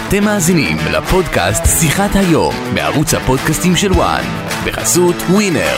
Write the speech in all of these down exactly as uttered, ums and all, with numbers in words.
אתם מאזינים לפודקאסט שיחת היום בערוץ הפודקאסטים של וואן בחסות ווינר.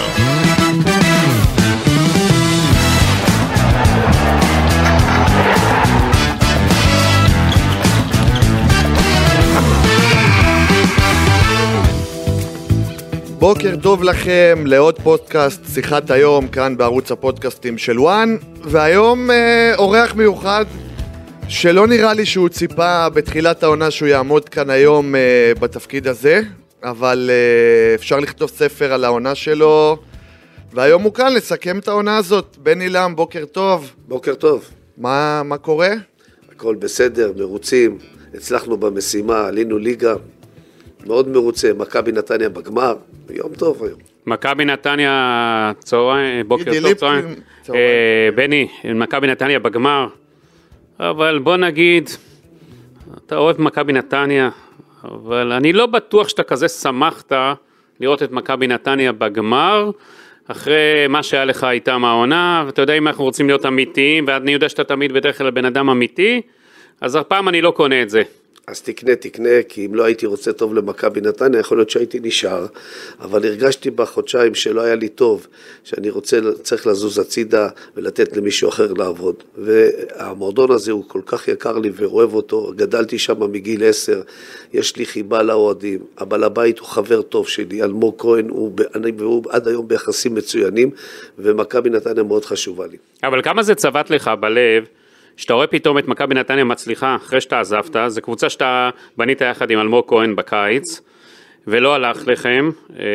בוקר טוב לכם לעוד פודקאסט שיחת היום כאן בערוץ הפודקאסטים של וואן, והיום אה, אורח מיוחד שלא נראה לי שהוא ציפה בתחילת העונה שהוא יעמוד כאן היום אה, בתפקיד הזה, אבל אה, אפשר לכתוב ספר על העונה שלו, והיום הוא כאן לסכם את העונה הזאת. בני לם, בוקר טוב. בוקר טוב. מה, מה קורה? הכל בסדר, מרוצים, הצלחנו במשימה, עלינו ליגה, מאוד מרוצה, מכבי נתניה בגמר, יום טוב היום. מכבי נתניה צהריים, בוקר טוב צהריים, בני, מכבי נתניה בגמר, אבל בוא נגיד, אתה אוהב מכבי נתניה, אבל אני לא בטוח שאתה כזה שמחת לראות את מכבי נתניה בגמר, אחרי מה שהיה לך איתם העונה, ואתה יודע אם אנחנו רוצים להיות אמיתיים, ואני יודע שאתה תמיד בדרך כלל בן אדם אמיתי, אז הפעם אני לא קונה את זה. אז תקנה, תקנה, כי אם לא הייתי רוצה טוב למכבי נתניה, יכול להיות שהייתי נשאר, אבל הרגשתי בחודשיים שלא היה לי טוב, שאני רוצה, צריך לזוז הצידה ולתת למישהו אחר לעבוד. והמועדון הזה הוא כל כך יקר לי ואוהב אותו, גדלתי שם מגיל עשר, יש לי חיבה לאוהדים, הבעל הבית הוא חבר טוב שלי, אלמוג כהן, הוא, אני והוא עד היום ביחסים מצוינים, ומכבי נתניה מאוד חשובה לי. אבל כמה זה צבט לך בלב, שאתה רואה פתאום את מכבי נתניה מצליחה אחרי שאתה עזבת, זו קבוצה שאתה בנית יחד עם אלמוג כהן בקיץ, ולא הלך לכם,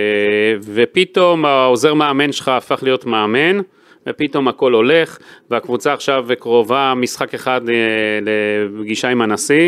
ופתאום העוזר מאמן שלך הפך להיות מאמן, ופתאום הכל הולך, והקבוצה עכשיו קרובה משחק אחד לפגישה עם הנשיא,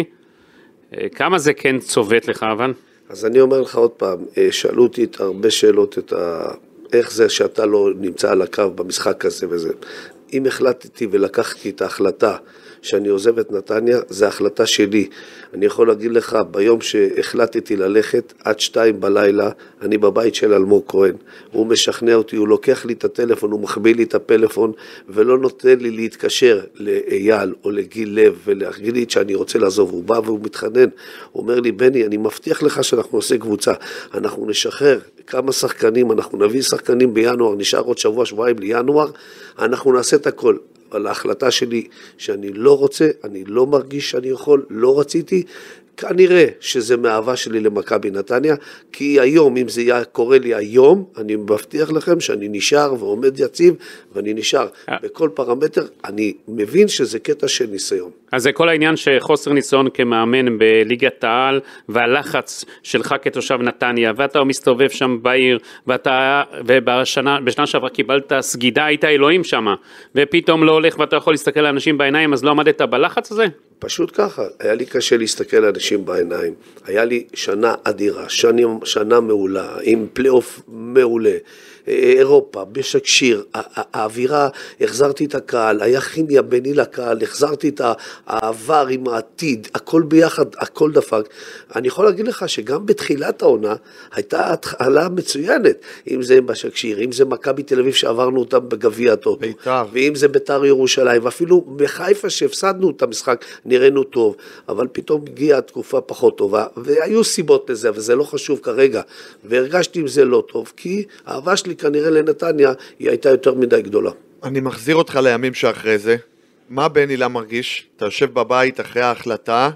כמה זה כן צובט לך אבל? אז אני אומר לך עוד פעם, שאלו אותי הרבה שאלות, את ה... איך זה שאתה לא נמצא על הקו במשחק הזה וזה. אם החלטתי ולקחתי את ההחלטה שאני עוזב את נתניה, זה החלטה שלי. אני יכול להגיד לך, ביום שהחלטתי ללכת, עד שתיים בלילה, אני בבית של אלמוג כהן. הוא משכנע אותי, הוא לוקח לי את הטלפון, הוא מחביא לי את הפלאפון, ולא נותן לי להתקשר לאייל או לגיל לב, ולהגיד לי שאני רוצה לעזוב. הוא בא והוא מתחנן, הוא אומר לי, בני, אני מבטיח לך שאנחנו עושה קבוצה, אנחנו נשחרר כמה שחקנים, אנחנו נביא שחקנים בינואר, נשאר עוד שבוע, שבועיים לינואר, אנחנו נעשה את הכל. אבל ההחלטה שלי שאני לא רוצה, אני לא מרגיש שאני יכול, לא רציתי, כנראה שזה מאהבה שלי למכבי נתניה, כי היום, אם זה קורה לי היום, אני מבטיח לכם שאני נשאר ועומד יציב, ואני נשאר בכל פרמטר, אני מבין שזה קטע של ניסיון. אז זה כל העניין שחוסר ניסיון כמאמן בליגת העל, והלחץ שלך כתושב נתניה, ואתה מסתובב שם בעיר, ואתה, ובשנה, בשנה שעברה קיבלת סגידה, היית אלוהים שם, ופתאום לא הולך ואתה יכול להסתכל לאנשים בעיניים, אז לא עמדת בלחץ הזה? פשוט ככה, היה לי קשה להסתכל לאנשים בעיניים, היה לי שנה אדירה, שנה, שנה מעולה, עם פלייאוף מעולה, אירופה, בשקשיר, האווירה, החזרתי את הקהל, היה כימיה ביני לקהל, החזרתי את העבר עם העתיד, הכל ביחד, הכל דפק. אני יכול להגיד לך שגם בתחילת העונה, הייתה התחלה מצוינת, אם זה בשקשיר, אם זה מכבי תל אביב שעברנו אותם בגביע הטוטו, ואם זה בית"ר ירושלים, ואפילו בחיפה שהפסדנו את המשחק, נראינו טוב, אבל פתאום הגיעה תקופה פחות טובה, והיו סיבות לזה, וזה לא חשוב כרגע, והרגשתי עם זה לא טוב, כי האהבה שלי כנראה לנתניה, היא הייתה יותר מדי גדולה. אני מחזיר אותך לימים שאחרי זה. מה בני לם מרגיש? אתה יושב בבית אחרי ההחלטה,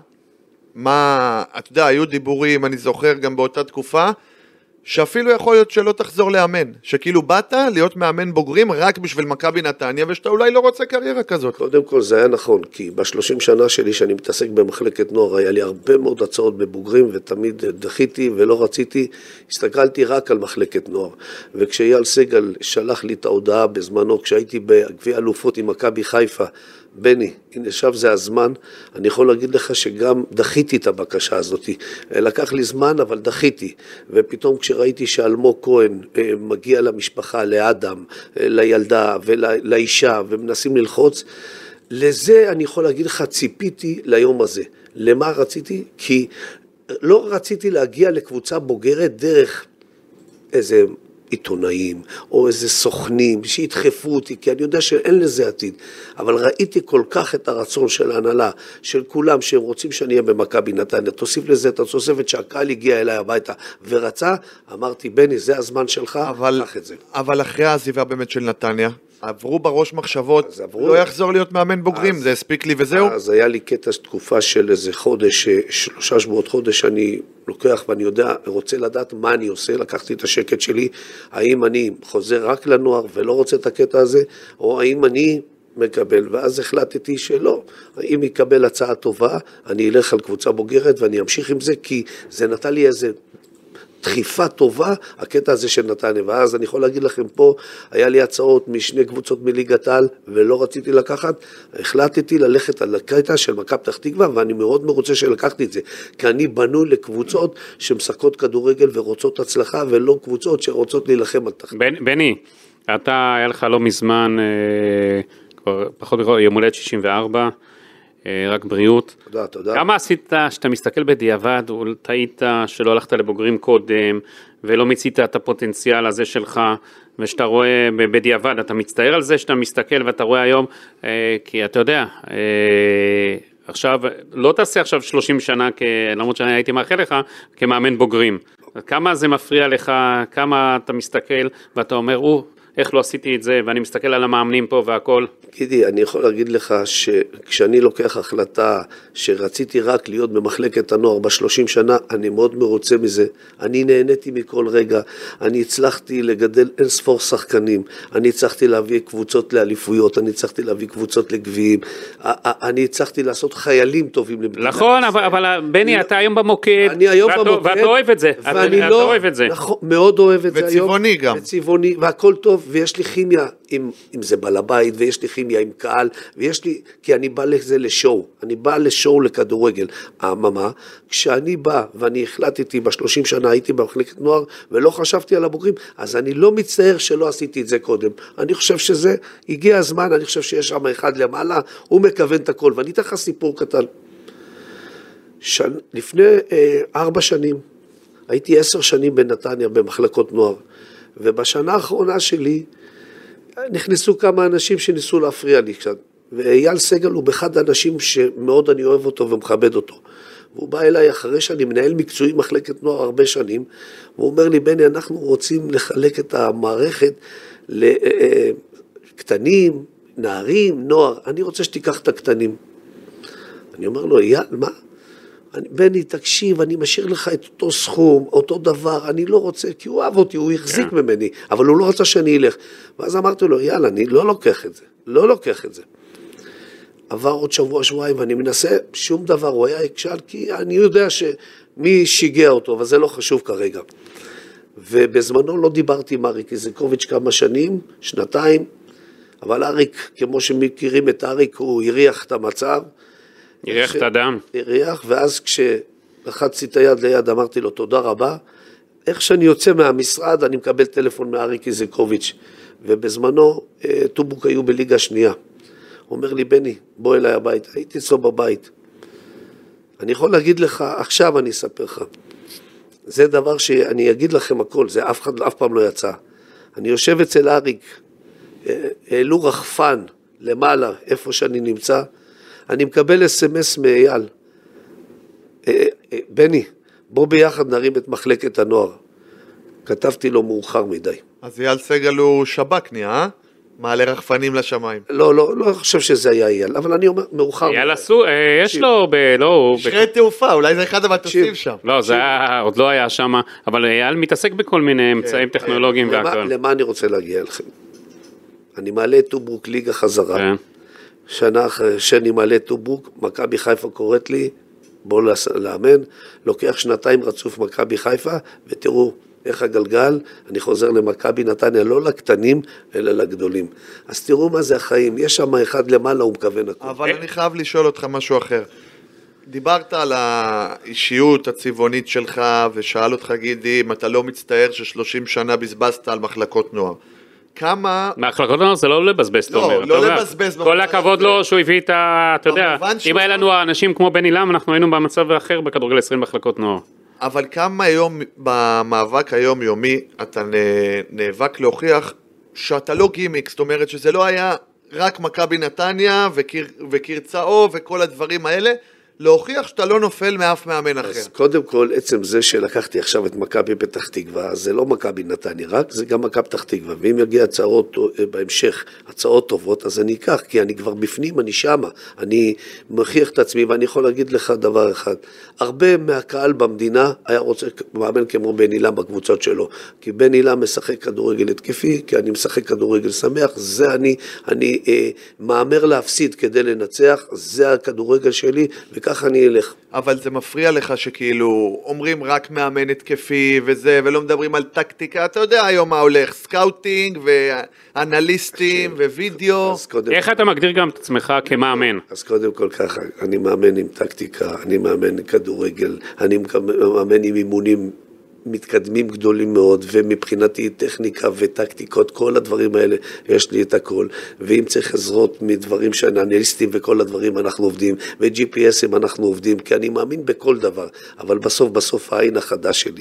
מה, אתה יודע, היו דיבורים, אני זוכר גם באותה תקופה, שאפילו יכול להיות שלא תחזור לאמן, שכאילו באת להיות מאמן בוגרים רק בשביל מכבי נתניה, ושאתה אולי לא רוצה קריירה כזאת. קודם כל זה היה נכון, כי בשלושים שנה שלי שאני מתעסק במחלקת נוער, היה לי הרבה מאוד הצעות בבוגרים, ותמיד דחיתי ולא רציתי, הסתכלתי רק על מחלקת נוער, וכשאייל סגל שלח לי את ההודעה בזמנו, כשהייתי בגביע אלופות עם מכבי חיפה, בני, הנה עכשיו זה הזמן, אני יכול להגיד לך שגם דחיתי את הבקשה הזאת, לקח לי זמן אבל דחיתי, ופתאום כשראיתי שאלמוג כהן מגיע למשפחה, לאדם, לילדה ולאישה, ומנסים ללחוץ, לזה אני יכול להגיד לך, ציפיתי ליום הזה. למה רציתי? כי לא רציתי להגיע לקבוצה בוגרת דרך איזה עיתונאים, או איזה סוכנים, שידחפו אותי, כי אני יודע שאין לזה עתיד. אבל ראיתי כל כך את הרצון של ההנהלה, של כולם, שהם רוצים שאני אהיה במכבי נתניה. תוסיף לזה את התוספת שהקהל הגיע אליי הביתה ורצה, אמרתי, בני, זה הזמן שלך, אבל, קח את זה. אבל אחרי העזיבה באמת של נתניה, עברו בראש מחשבות, עברו, לא יחזור להיות מאמן בוגרים, אז, זה הספיק לי וזהו. אז היה לי קטע תקופה של איזה חודש, שלושה שבועות חודש, אני לוקח ואני יודע, רוצה לדעת מה אני עושה, לקחתי את השקט שלי, האם אני חוזר רק לנוער ולא רוצה את הקטע הזה, או האם אני מקבל, ואז החלטתי שלא, אם יקבל הצעה טובה, אני אלך על קבוצה בוגרת ואני אמשיך עם זה, כי זה נתן לי איזה דחיפה טובה, הקטע הזה של נתניה, ואז אני יכול להגיד לכם פה, היה לי הצעות משני קבוצות מליגת העל, ולא רציתי לקחת, החלטתי ללכת על הקטע של מכבי פתח תקווה, ואני מאוד מרוצה שלקחתי את זה, כי אני בנוי לקבוצות שמשחקות כדורגל ורוצות הצלחה, ולא קבוצות שרוצות להילחם על תחתית. בני, אתה, היה לך לא מזמן, כבר פחות או יום הולדת שישים וארבע, רק בריאות. תודה, תודה. כמה עשית שאתה מסתכל בדיעבד, טעית שלא הלכת לבוגרים קודם, ולא מיצית את הפוטנציאל הזה שלך, ושאתה רואה בדיעבד, אתה מצטער על זה שאתה מסתכל ואתה רואה היום, כי אתה יודע, עכשיו, לא תעשה עכשיו שלושים שנה, למרות שאני הייתי מאחל לך, כמאמן בוגרים. כמה זה מפריע לך, כמה אתה מסתכל ואתה אומר, או, איך לא עשיתי את זה, ואני מסתכל על המאמנים פה והכל. גידי, אני יכול להגיד לך שכשאני לוקח החלטה שרציתי רק להיות במחלקת הנוער בשלושים שנה, אני מאוד מרוצה מזה. אני נהניתי מכל רגע, אני הצלחתי לגדל אין ספור שחקנים, אני הצלחתי להביא קבוצות לאליפויות, אני הצלחתי להביא קבוצות לגביעים, אני הצלחתי לעשות חיילים טובים למדינת ישראל. נכון, אבל בני, אתה היום במוקד, אני היום במוקד, ואתה אוהב את זה, אתה אוהב את זה. נכון, מאוד אוהב את זה היום. וצבעוני גם. וצבעוני, והכל טוב, ויש לי כימיה עם, עם זה בעל הבית, ויש לי כימיה עם קהל, ויש לי, כי אני בא לזה לשואו, אני בא לשואו לכדורגל. אממה, כשאני בא ואני החלטתי בשלושים שנה, הייתי במחלקת נוער, ולא חשבתי על הבוגרים, אז אני לא מצטער שלא עשיתי את זה קודם. אני חושב שזה, הגיע הזמן, אני חושב שיש שם אחד למעלה, הוא מכוון את הכל, ואני אתן לך סיפור קטן. ש... לפני אה, ארבע שנים, הייתי עשר שנים בנתניה, במחלקות נוער, ובשנה האחרונה שלי, נכנסו כמה אנשים שניסו להפריע לי קצת, ואייל סגל הוא באחד האנשים שמאוד אני אוהב אותו ומכבד אותו, והוא בא אליי אחרי שאני מנהל מקצועי מחלקת נוער הרבה שנים, והוא אומר לי, בני, אנחנו רוצים לחלק את המערכת לקטנים, נערים, נוער, אני רוצה שתיקח את הקטנים. אני אומר לו, אייל, מה? בני, תקשיב, אני משאיר לך את אותו סכום, אותו דבר, אני לא רוצה, כי הוא אהב אותי, הוא החזיק ממני, אבל הוא לא רצה שאני אלך. ואז אמרתי לו, יאללה, אני לא לוקח את זה, לא לוקח את זה. עבר עוד שבוע, שבועיים, ואני מנסה, שום דבר, הוא היה הקשל, כי אני יודע שמי שיגע אותו, אבל זה לא חשוב כרגע. ובזמנו לא דיברתי עם אריק איזקוביץ' כמה שנים, שנתיים, אבל אריק, כמו שמכירים את אריק, הוא הריח את המצב, הריח את הדם. הריח, ואז כשלחצתי את היד ליד, אמרתי לו, תודה רבה. איך שאני יוצא מהמשרד, אני מקבל טלפון מאריק איזקוביץ', ובזמנו, טובוק היו בליגה שנייה. הוא אומר לי, בני, בוא אליי הבית. הייתי אצלו בבית. אני יכול להגיד לך, עכשיו אני אספר לך. זה דבר שאני אגיד לכם הכל, זה אף אחד, אף פעם לא יצא. אני יושב אצל אריק, העלו רחפן למעלה, איפה שאני נמצא, אני מקבל אס-אם-אס מאייל, בני, בוא ביחד נרים את מחלקת הנוער. כתבתי לו מאוחר מדי. אז אייל סגל הוא שבקני, אה? מעלה רחפנים לשמיים. לא, לא, לא חושב שזה היה אייל, אבל אני אומר, מאוחר מדי. אייל עשו, יש לו, לא... שרי תעופה, אולי זה אחד המטוסים שם. לא, זה עוד לא היה שם, אבל אייל מתעסק בכל מיני אמצעים טכנולוגיים והכל. למה אני רוצה להגיע לכם? אני מעלה את טוברוק ליגה חזרה. שנה אחרי שאני מעלה טוברוק, מכבי חיפה קוראת לי, בוא לאמן, לוקח שנתיים רצוף מכבי חיפה, ותראו איך הגלגל, אני חוזר למכבי נתניה, לא לקטנים, אלא לגדולים. אז תראו מה זה החיים, יש שם אחד למעלה, הוא מכוון הכל. אבל אני חייב לשאול אותך משהו אחר. דיברת על האישיות הצבעונית שלך, ושאל אותך גידי, אם אתה לא מצטער ששלושים שנה בזבזת על מחלקות נוער. כמה... מחלקות נוער זה לא לבזבז, אתה אומר. לא, לא לבזבז. כל הכבוד לו שהוא הביא את ה... אתה יודע, אם היה לנו אנשים כמו בני לם, אנחנו היינו במצב אחר בכדורגל עשרים מחלקות נוער. אבל כמה היום, במאבק היומיומי, אתה נאבק להוכיח שאתה לא גימיק, זאת אומרת שזה לא היה רק מכבי נתניה וקיר, וקיר צהוב וכל הדברים האלה, להוכיח שאתה לא נופל מאף מאמן אחר. אז קודם כל, עצם זה שלקחתי עכשיו את מכבי פתח תקווה, זה לא מכבי נתניה רק, זה גם מכבי פתח תקווה, ואם יגיע הצעות בהמשך, הצעות טובות, אז אני אקח, כי אני כבר בפנים, אני שמה, אני מכריח את עצמי, ואני יכול להגיד לך דבר אחד, הרבה מהקהל במדינה היה רוצה מאמן כמו בן אילם בקבוצות שלו, כי בן אילם משחק כדורגל התקפי, כי אני משחק כדורגל שמח, זה אני, אני אה, מאמר להפסיד כדי לנצח, זה הכדורגל שלי, וככה אני אלך. אבל זה מפריע לך שכאילו אומרים רק מאמן התקפי וזה, ולא מדברים על טקטיקה, אתה יודע היום מה הולך, סקאוטינג ואנליסטים ווידאו. איך אתה מגדיר גם את עצמך כמאמן? אז קודם כל ככה, אני מאמן עם טקטיקה, אני מאמן כדורגל, אני מאמן עם אימונים מתקדמים גדולים מאוד, ומבחינתי טכניקה וטקטיקות, כל הדברים האלה, יש לי את הכל, ואם צריך עזרות מדברים שאנליסטים וכל הדברים אנחנו עובדים, ו-ג'י פי אסים אנחנו עובדים, כי אני מאמין בכל דבר, אבל בסוף, בסוף העין החדש שלי,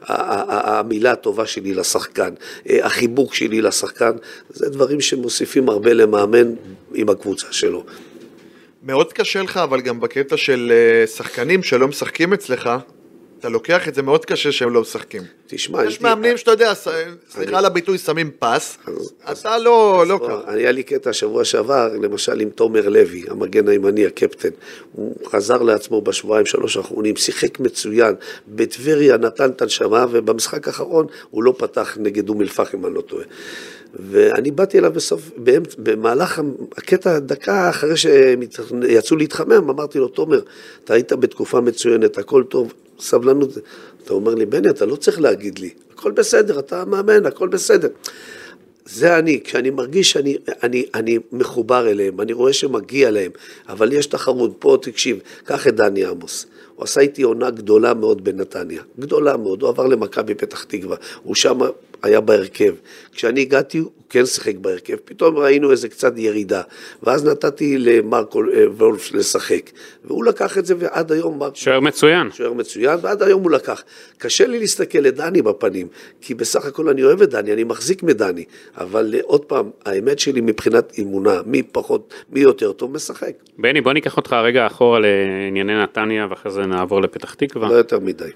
המילה הטובה שלי לשחקן, החיבוק שלי לשחקן, זה דברים שמוסיפים הרבה למאמן עם הקבוצה שלו. מאוד קשה לך, אבל גם בקטע של שחקנים שלא משחקים אצלך, אתה לוקח את זה מאוד קשה שהם לא משחקים. תשמע, יש מאמנים שאתה יודע, סליחה על הביטוי, שמים פס, אתה לא כך. היה לי קטע שבוע שעבר, למשל עם תומר לוי, המגן הימני, הקפטן, הוא חזר לעצמו בשבועיים שלוש האחרונים, שיחק מצוין, בטבריה נתן את הנשמה, ובמשחק האחרון הוא לא פתח נגד אום אל-פחם, אני לא טועה. ואני באתי אליו בסוף, במהלך הקטע, דקה אחרי שהם יצאו להתחמם, אמרתי לו, תומר, אתה היית בתקופה מצוינת, הכל טוב, סבלנות. אתה אומר לי, בני, אתה לא צריך להגיד לי, הכל בסדר, אתה מאמן, הכל בסדר. זה אני, כשאני מרגיש שאני אני, אני מחובר אליהם, אני רואה שמגיע להם, אבל יש תחרות, פה תקשיב, קח את דני עמוס. הוא עשה איתי עונה גדולה מאוד בנתניה, גדולה מאוד, הוא עבר למכבי פתח תקווה, הוא שם היה בהרכב, כשאני הגעתי הוא כן שיחק בהרכב, פתאום ראינו איזה קצת ירידה, ואז נתתי למרקו וולף לשחק, והוא לקח את זה ועד היום... שוער מצוין. שוער מצוין, ועד היום הוא לקח. קשה לי להסתכל לדני בפנים, כי בסך הכל אני אוהב את דני, אני מחזיק מדני, אבל עוד פעם, האמת שלי מבחינת אימונה, מי פחות, מי יותר טוב משחק. בני, בוא ניקח אותך רגע אחורה לענייני נתניה, ואחרי זה נעבור לפתח תקווה. לא יותר מדי.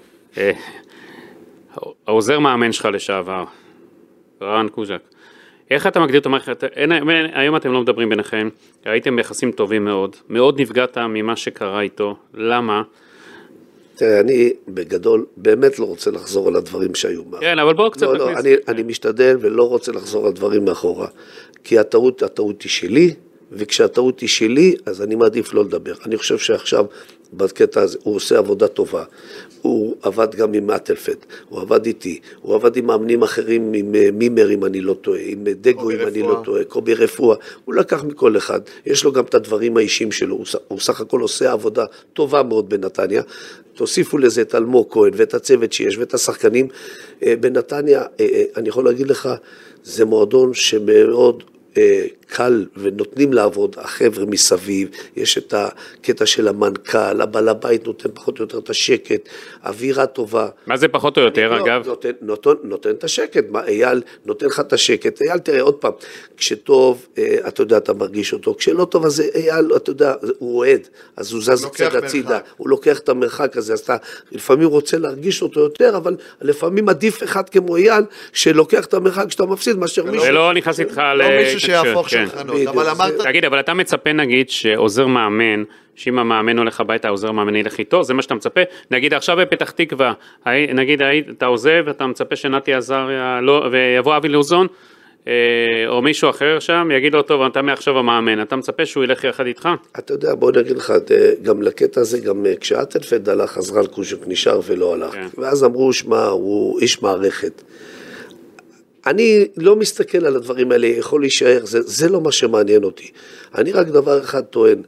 העוזר מאמן שלך לשעבר, רן קוז'ק, איך אתה מגדיר את המערכת? היום אתם לא מדברים ביניכם, הייתם ביחסים טובים מאוד, מאוד נפגעת ממה שקרה איתו, למה? תראה, אני בגדול באמת לא רוצה לחזור על הדברים שהיו מאחורה. כן, אבל בואו קצת לא, לא, אני, אני משתדל ולא רוצה לחזור על דברים מאחורה, כי הטעות, הטעות היא שלי, וכשהטעות היא שלי, אז אני מעדיף לא לדבר. אני חושב שעכשיו, בקטע הזה, הוא עושה עבודה טובה. הוא עבד גם עם מאטלפד, הוא עבד איתי, הוא עבד עם מאמנים אחרים, עם מימר אם אני לא טועה, עם דגו אם אני לא טועה, קובי רפואה, הוא לקח מכל אחד, יש לו גם את הדברים האישיים שלו, הוא, הוא סך הכל עושה עבודה טובה מאוד בנתניה, תוסיפו לזה את אלמוג כהן ואת הצוות שיש ואת השחקנים, בנתניה, אני יכול להגיד לך, זה מועדון שמאוד קל ונותנים לעבוד החבר'ה מסביב, יש את הקטע של המנכ"ל, הבעל הבית נותן פחות או יותר את השקט, אווירה טובה. מה זה פחות או יותר לא, אגב? נותן, נותן, נותן את השקט, מה, אייל נותן לך את השקט, אייל תראה עוד פעם, כשטוב אתה יודע אתה מרגיש אותו, כשלא טוב אז אייל אתה יודע הוא אוהד, אז הוא זז קצת הצידה, הוא לוקח את המרחק הזה, אז אתה לפעמים רוצה להרגיש אותו יותר, אבל לפעמים עדיף אחד כמו אייל שלוקח את המרחק שאתה מפסיד מאשר מישהו. ולא נכנס איתך לא מישהו שיהפוך שולחנות, אבל אמרת... תגיד, אבל אתה מצפה נגיד שעוזר מאמן, שאם המאמן הולך הביתה, העוזר מאמן ילך איתו, זה מה שאתה מצפה? נגיד עכשיו בפתח תקווה, נגיד אתה עוזב, אתה מצפה שנתי עזריה, ויבוא אבי לוזון, או מישהו אחר שם, יגיד לו, טוב, אתה מעכשיו המאמן, אתה מצפה שהוא ילך יחד איתך? אתה יודע, בוא נגיד לך, גם לקטע הזה, גם כשאטלפלד הלך, אז רן קוז'ק נשאר ולא הלך. ואז אמרו, שמה, הוא איש מערכת. אני לא מסתכל על הדברים האלה, יכול להישאר, זה, זה לא מה שמעניין אותי. אני רק דבר אחד טוען,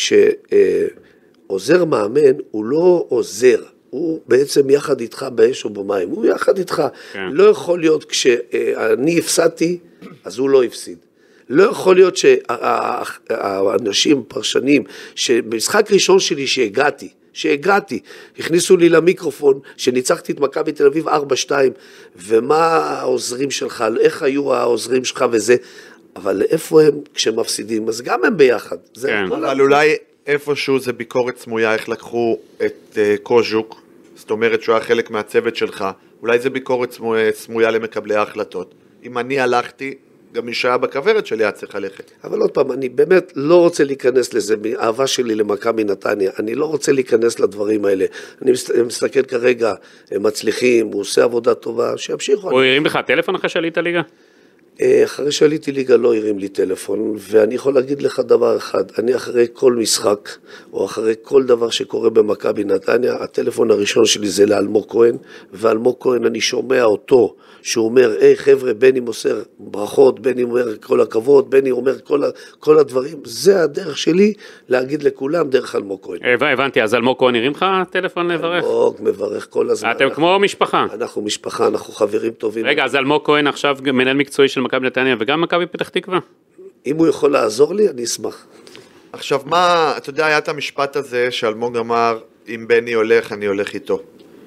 שעוזר מאמן הוא לא עוזר, הוא בעצם יחד איתך באש או במים, הוא יחד איתך. כן. לא יכול להיות כשאני הפסדתי, אז הוא לא הפסיד. לא יכול להיות שהאנשים, פרשנים, שבמשחק ראשון שלי שהגעתי, שהגעתי, הכניסו לי למיקרופון, שניצחתי את מכבי תל אביב ארבע שתיים, ומה העוזרים שלך, איך היו העוזרים שלך וזה, אבל איפה הם כשמפסידים, אז גם הם ביחד. זה כן. אבל אולי איפשהו זה ביקורת סמויה, איך לקחו את uh, קוז'וק, זאת אומרת שהוא היה חלק מהצוות שלך, אולי זה ביקורת סמויה, סמויה למקבלי ההחלטות. אם אני הלכתי, גם מי שהיה בכוורת שלי היה צריך ללכת. אבל עוד פעם, אני באמת לא רוצה להיכנס לזה, מאהבה שלי למכבי נתניה, אני לא רוצה להיכנס לדברים האלה. אני מסתכל כרגע, הם מצליחים, הוא עושה עבודה טובה, שימשיכו. הוא הרים לך טלפון אחרי שעלית ליגה? אחרי שעליתי ליגה לא הרים לי טלפון, ואני יכול להגיד לך דבר אחד, אני אחרי כל משחק, או אחרי כל דבר שקורה במכבי נתניה, הטלפון הראשון שלי זה לאלמוג כהן, ואלמוג כהן אני שומע אותו, שהוא אומר, היי חבר'ה, בני מוסר ברכות, בני אומר כל הכבוד, בני אומר כל, כל הדברים, זה הדרך שלי להגיד לכולם דרך אלמוג כהן. הבנתי, אז אלמוג כהן הרים לך טלפון לברך? אלמוג מברך כל הזמן. אתם כמו משפחה. אנחנו משפחה, אנחנו חברים טובים. רגע, אז אלמוג כהן עכשיו מנהל מקצועי של מכבי נתניה וגם מכבי פתח תקווה? אם הוא יכול לעזור לי, אני אשמח. עכשיו מה, אתה יודע, היה את המשפט הזה שאלמוג אמר, אם בני הולך, אני הולך איתו.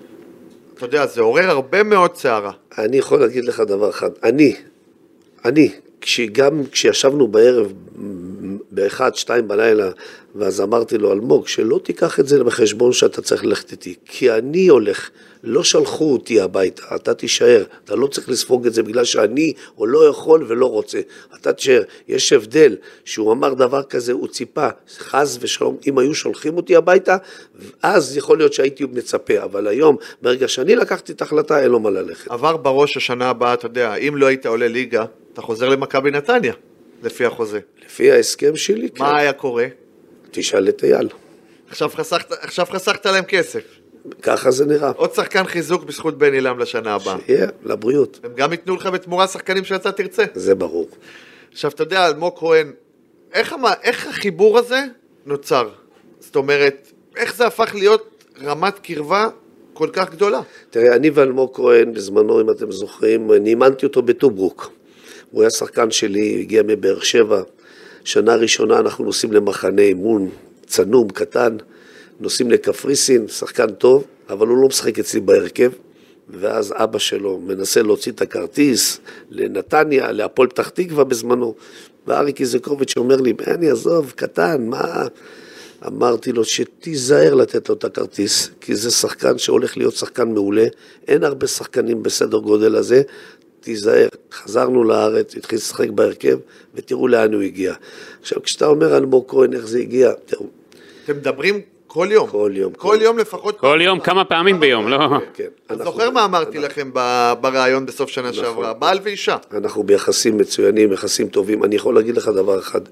אתה יודע, זה עורר הרבה מאוד צערה. אני יכול להגיד לך דבר אחד, אני, אני, גם כשישבנו בערב, באחד, שתיים בלילה, ואז אמרתי לו, אלמוג, שלא תיקח את זה בחשבון שאתה צריך ללכת איתי, כי אני הולך, לא שלחו אותי הביתה, אתה תישאר, אתה לא צריך לספוג את זה בגלל שאני או לא יכול ולא רוצה, אתה תישאר, יש הבדל, שהוא אמר דבר כזה, הוא ציפה, חז ושלום, אם היו שולחים אותי הביתה, אז יכול להיות שהייתי מצפה, אבל היום, ברגע שאני לקחתי את ההחלטה, אין לו מה ללכת. עבר בראש השנה הבאה, אתה יודע, אם לא היית עולה ליגה, אתה חוזר למכבי נתניה, לפי החוזה. לפי ההסכם שלי, מה כן. היה קורה? תשאל את אייל. עכשיו חסכת, עכשיו חסכת להם כסף. ככה זה נראה. עוד שחקן חיזוק בזכות בן אילם לשנה הבאה. שיהיה, לבריאות. הם גם ייתנו לך בתמורה שחקנים שאתה תרצה. זה ברור. עכשיו, אתה יודע, אלמוג כהן, איך, איך החיבור הזה נוצר? זאת אומרת, איך זה הפך להיות רמת קרבה כל כך גדולה? תראה, אני ואלמוג כהן, בזמנו, אם אתם זוכרים, נימנתי אותו בטוברוק. הוא היה שחקן שלי, הגיע מבאר שבע. שנה ראשונה אנחנו נוסעים למחנה אימון, צנום, קטן, נוסעים לקפריסין, שחקן טוב, אבל הוא לא משחק אצלי בהרכב, ואז אבא שלו מנסה להוציא את הכרטיס לנתניה, להפועל פתח תקווה בזמנו, ואריק איזקוביץ' אומר לי, אני עזוב, קטן, מה? אמרתי לו שתיזהר לתת לו את הכרטיס, כי זה שחקן שהולך להיות שחקן מעולה, אין הרבה שחקנים בסדר גודל הזה, תיזהר, חזרנו לארץ, התחיל לשחק בהרכב, ותראו לאן הוא הגיע. עכשיו, כשאתה אומר אלמוג כהן, איך זה הגיע, תראו. אתם מדברים כל יום. כל יום. כל יום לפחות. כל יום, כמה פעמים ביום, לא? כן. אתה זוכר מה אמרתי לכם ברעיון בסוף שנה שעברה? בעל ואישה. אנחנו ביחסים מצוינים, יחסים טובים. אני יכול להגיד לך דבר אחד.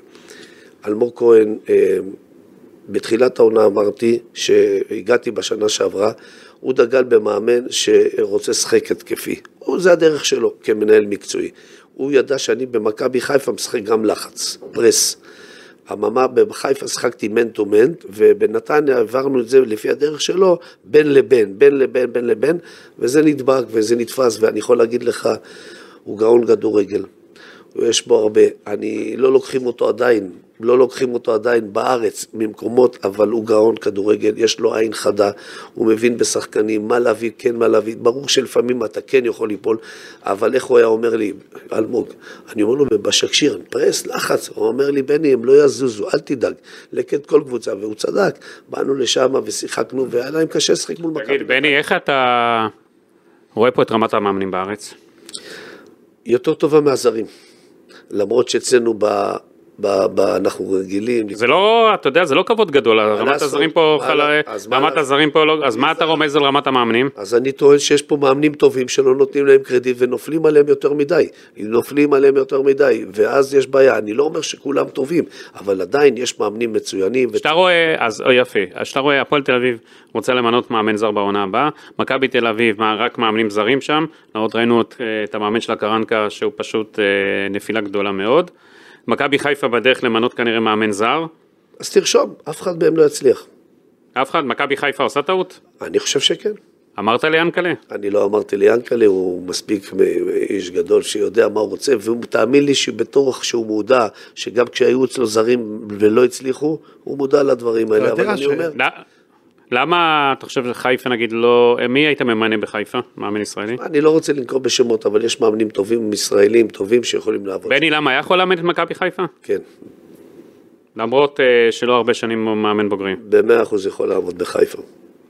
אלמוג כהן, בתחילת העונה אמרתי, שהגעתי בשנה שעברה, הוא דגל במאמן שרוצה שחק התקפי. זה הדרך שלו כמנהל מקצועי. הוא ידע שאני במכבי חיפה משחק גם לחץ, פרס. הממה בחיפה שחקתי מנט ומנט, ובנתניה עברנו את זה לפי הדרך שלו, בין לבין, בין לבין, בין לבין, וזה נדבק וזה נתפס, ואני יכול להגיד לך, הוא גאון כדורגל. יש בו הרבה, אני לא לוקחים אותו עדיין, לא לוקחים אותו עדיין בארץ ממקומות, אבל הוא גאון כדורגל, יש לו עין חדה, הוא מבין בשחקנים, מה להביא, כן מה להביא, ברור שלפעמים אתה כן יכול ליפול, אבל איך הוא היה אומר לי, אלמוג, אני אומר לו בשקשיר, פרס, לחץ, הוא אומר לי, בני, הם לא יזוזו, אל תדאג, לקט כל קבוצה, והוא צדק, באנו לשם ושיחקנו, והיה להם קשה לשחק מול מכבי. תגיד, בני, איך אתה רואה פה את רמת המאמנים בארץ? יותר טובה מהזרים. למרות שאצלנו ב... ב, ב, אנחנו רגילים. זה לא, אתה יודע, זה לא כבוד גדול, רמת הזרים פה, רמת הזרים פה, אז מה אתה רומז על רמת המאמנים? אז אני טוען שיש פה מאמנים טובים שלא נותנים להם קרדיט ונופלים עליהם יותר מדי, נופלים עליהם יותר מדי, ואז יש בעיה, אני לא אומר שכולם טובים, אבל עדיין יש מאמנים מצוינים. שאתה רואה, אז יפה, שאתה רואה, הפועל תל אביב רוצה למנות מאמן זר בעונה הבאה, מכבי תל אביב, רק מאמנים זרים שם, ראינו את המאמן של הקרנקה, שהוא פשוט נפילה גדולה מאוד. מכבי חיפה בדרך למנות כנראה מאמן זר. אז תרשום, אף אחד מהם לא יצליח. אף אחד? מכבי חיפה עושה טעות? אני חושב שכן. אמרת ליאנקלה? אני לא אמרתי ליאנקלה, הוא מספיק איש גדול שיודע מה הוא רוצה, והוא תאמין לי שבתוך שהוא מודע, שגם כשהיו אצלו זרים ולא הצליחו, הוא מודע לדברים האלה, אבל אני אומר... למה אתה חושב שחיפה נגיד לא, מי היית ממנה בחיפה, מאמן ישראלי? אני לא רוצה לנקוב בשמות, אבל יש מאמנים טובים, ישראלים טובים שיכולים לעבוד. בני, למה היה יכול לאמן את מכבי חיפה? כן. למרות שלא הרבה שנים מאמן בוגרים. במאה אחוז יכול לעבוד בחיפה.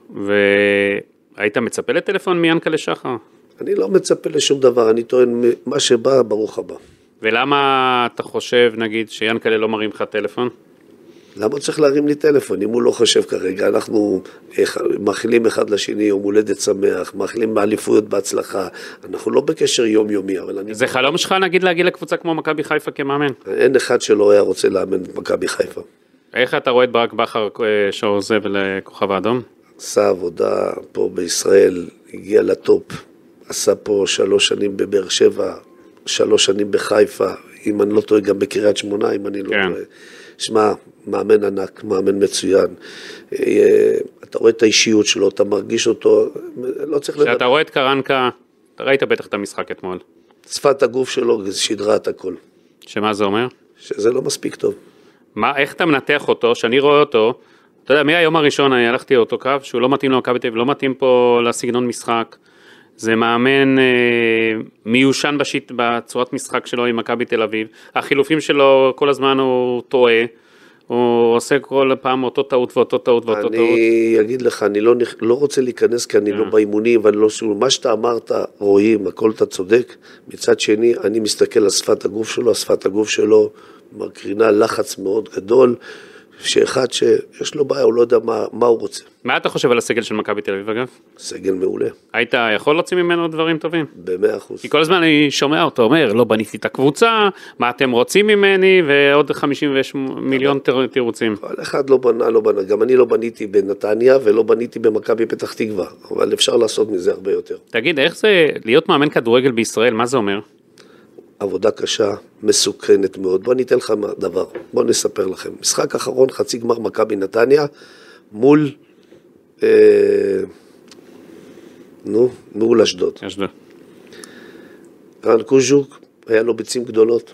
והיית מצפה לטלפון מיענקל'ה שחר? אני לא מצפה לשום דבר, אני טוען מה שבא, ברוך הבא. ולמה אתה חושב, נגיד, שיענקל'ה לא מרים לך טלפון? למה הוא צריך להרים לי טלפון? אם הוא לא חושב כרגע, אנחנו מאכילים אחד לשני יום הולדת שמח, מאכילים באליפויות בהצלחה, אנחנו לא בקשר יומיומי, אבל אני... זה חלום שלך, נגיד, להגיע לקבוצה כמו מכבי חיפה כמאמן? אין אחד שלא היה רוצה לאמן את מכבי חיפה. איך אתה רואה את ברק בכר שעוזב לכוכב האדום? עשה עבודה פה בישראל, הגיע לטופ, עשה פה שלוש שנים בבאר שבע, שלוש שנים בחיפה, אם אני לא טועה גם בקריית שמונה, אם אני לא כן. טועה. שמע, מאמן ענק, מאמן מצוין. אתה רואה את האישיות שלו, אתה מרגיש אותו, לא צריך לדעת. כשאתה רואה את קרנקה, אתה ראית בטח את המשחק אתמול. שפת הגוף שלו שדרה את הכל. שמה זה אומר? שזה לא מספיק טוב. מה, איך אתה מנתח אותו, שאני רואה אותו, אתה יודע, מהיום הראשון אני הלכתי אותו קו, שהוא לא מתאים למכבי תל אביב, לא מתאים פה לסגנון משחק, זה מאמן אה, מיושן בשיט, בצורת משחק שלו עם מכבי תל אביב, החילופים שלו כל הזמן הוא טועה, הוא עושה כל פעם אותו טעות ואותו טעות ואותו טעות. אני אגיד לך, אני לא, לא רוצה להיכנס כי אני לא באימונים, ואני לא שואל, מה שאתה אמרת, רואים, הכל אתה צודק, מצד שני, אני מסתכל על שפת הגוף שלו, שפת הגוף שלו מקרינה לחץ מאוד גדול, שאחד שיש לו בעיה, הוא לא יודע מה, מה הוא רוצה. מה אתה חושב על הסגל של מכבי תל אביב, אגב? סגל מעולה. היית יכול להוציא ממנו דברים טובים? במאה אחוז. כי כל הזמן אני שומע אותו, אומר, לא בניתי את הקבוצה, מה אתם רוצים ממני, ועוד חמישים מיליון תירוצים. כל אחד לא בנה, לא בנה. גם אני לא בניתי בנתניה, ולא בניתי במכבי פתח תקווה, אבל אפשר לעשות מזה הרבה יותר. תגיד, איך זה להיות מאמן כדורגל בישראל, מה זה אומר? עבודה קשה, מסוכנת מאוד. בוא ניתן לך דבר, בוא נספר לכם. משחק אחרון, חצי גמר מכבי נתניה, מול, אה, נו, מול אשדוד. אשדוד. רן קוז'וק, היה לו ביצים גדולות.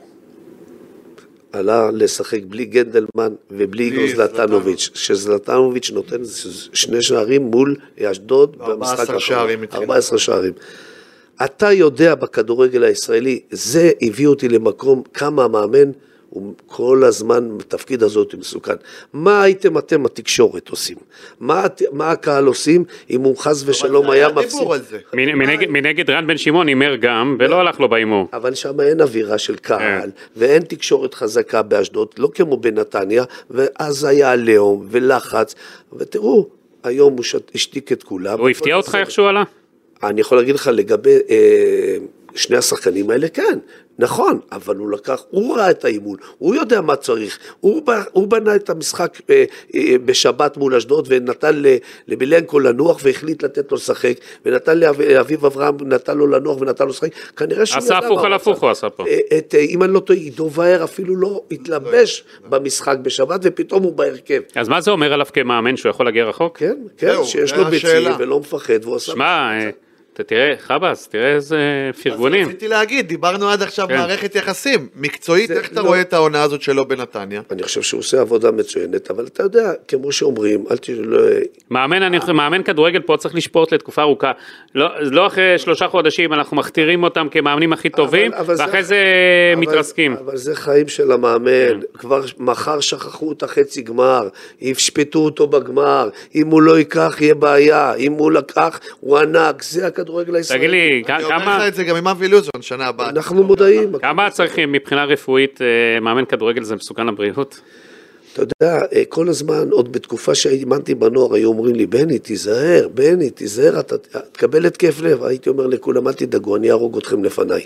עלה לשחק בלי גנדלמן ובלי איגור זלטנוביץ', שזלטנוביץ' נותן שני שערים מול אשדוד במשחק האחרון. ארבע עשרה שערים. אתה יודע בכדורגל הישראלי, זה הביא אותי למקום כמה המאמן, הוא כל הזמן בתפקיד הזאת מסוכן. מה הייתם אתם התקשורת עושים? מה, מה הקהל עושים אם הוא חס ושלום היה מפסיד? מנגד, מנגד רן בן שמעון הימר גם, ולא הלך לו באימור. אבל שם אין אווירה של קהל, ואין תקשורת חזקה באשדוד, לא כמו בנתניה, ואז היה לאום ולחץ, ותראו, היום הוא השתיק את כולם. הוא הפתיע אותך איך שהוא עלה? אני יכול להגיד לך לגבי אה, שני השחקנים האלה, כן, נכון, אבל הוא לקח, הוא ראה את האימון, הוא יודע מה צריך, הוא, הוא בנה את המשחק אה, אה, בשבת מול אשדוד, ונתן לבילנקו לנוח, והחליט לתת לו לשחק, ונתן לאביב אברהם, נתן לו לנוח, ונתן לו לשחק, כנראה שהוא עשה הפוך על הפוך הוא עשה פה. את, אם אני לא טועה, עידו ואר אפילו לא התלבש במשחק בשבת, ופתאום הוא בהרכב. אז מה זה אומר עליו כמאמן, שהוא יכול להגיע רחוק? כן, כן, שיש לו ביצים, ולא מפחד, והוא עושה... שמה, אתה תראה, חבאס, תראה איזה פרגונים. רציתי להגיד, דיברנו עד עכשיו מערכת יחסים, מקצועית, איך אתה רואה את העונה הזאת שלו בנתניה? אני חושב שהוא עושה עבודה מצוינת, אבל אתה יודע, כמו שאומרים, אל תשאלו... מאמן כדורגל פה צריך לשפוט לתקופה ארוכה, לא אחרי שלושה חודשים אנחנו מכתירים אותם כמאמנים הכי טובים, ואחרי זה מתרסקים. אבל זה חיים של המאמן, כבר מחר שכחו את החצי גמר, ישפטו אותו בגמר, אם הוא לא ייקח יהיה בעיה, אם הוא לקח הוא ענק, זה הכדורגל הישראלי. תגיד לי, כמה... אני אומר לך את זה גם עם אבי לוזון, שנה הבאה. אנחנו מודעים. כמה צריכים מבחינה רפואית, מאמן כדורגל זה מסוכן לבריאות? אתה יודע, כל הזמן, עוד בתקופה שהאמנתי בנוער, היו אומרים לי, בני, תיזהר, בני, תיזהר, אתה תקבל התקף לב. הייתי אומר לכולם, אל תדאגו, אני ארוג אתכם לפניי.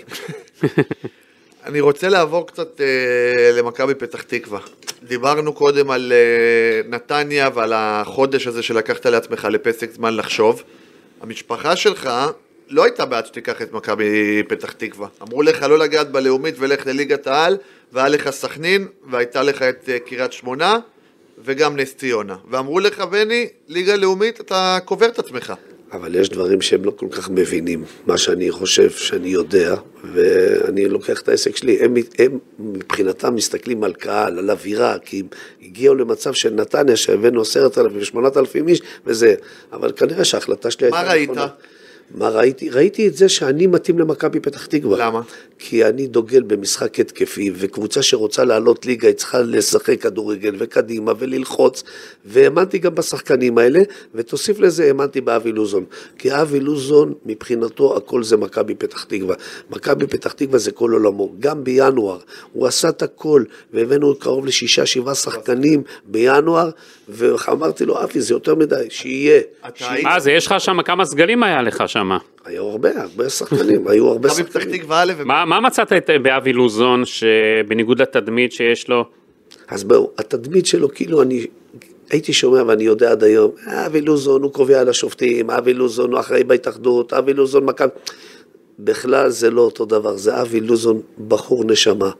אני רוצה לעבור קצת אה, למכבי פתח תקווה. דיברנו קודם על אה, נתניה ועל החודש הזה שלקחת לעצמך לפסק זמן לחשוב. המשפחה שלך לא הייתה בעד שתיקח את מכבי פתח תקווה. אמרו לך לא לגעת בלאומית ולך לליגת העל, והיה לך סכנין, והייתה לך את uh, קריית שמונה, וגם נס ציונה. ואמרו לך, בני, ליגה לאומית, אתה קובר את עצמך. אבל יש דברים שהם לא כל כך מבינים, מה שאני חושב שאני יודע, ואני לוקח את העסק שלי, הם, הם מבחינתם מסתכלים על קהל, על אווירה, כי הם הגיעו למצב של נתניה, שהבאנו עשרת אלפים ושמונת אלפים איש, וזה, אבל כנראה שההחלטה שלי הייתה... מה ראית? נכונה. מה ראיתי? ראיתי את זה שאני מתאים למכבי פתח תקווה. למה? כי אני דוגל במשחק התקפי, וקבוצה שרוצה לעלות ליגה, היא צריכה לשחק כדורגל וקדימה וללחוץ, והאמנתי גם בשחקנים האלה, ותוסיף לזה, האמנתי באבי לוזון. כי אבי לוזון, מבחינתו, הכל זה מכבי פתח תקווה. מכבי פתח תקווה זה כל עולמו. גם בינואר, הוא עשה את הכל, והבאנו קרוב לשישה, שבעה שחקנים בינואר, ואמרתי לו, אבי, זה יותר מדי, שיהיה. אה, זה יש לך שם, כמה סגלים היה לך שם? היו הרבה, הרבה שחקנים, היו הרבה שחקנים. מה מצאת באבי לוזון, שבניגוד לתדמית שיש לו? אז בואו, התדמית שלו, כאילו אני הייתי שומע ואני יודע עד היום, אבי לוזון הוא קובע על השופטים, אבי לוזון הוא אחראי בהתאחדות, אבי לוזון מכבי, בכלל זה לא אותו דבר, זה אבי לוזון בחור נשמה,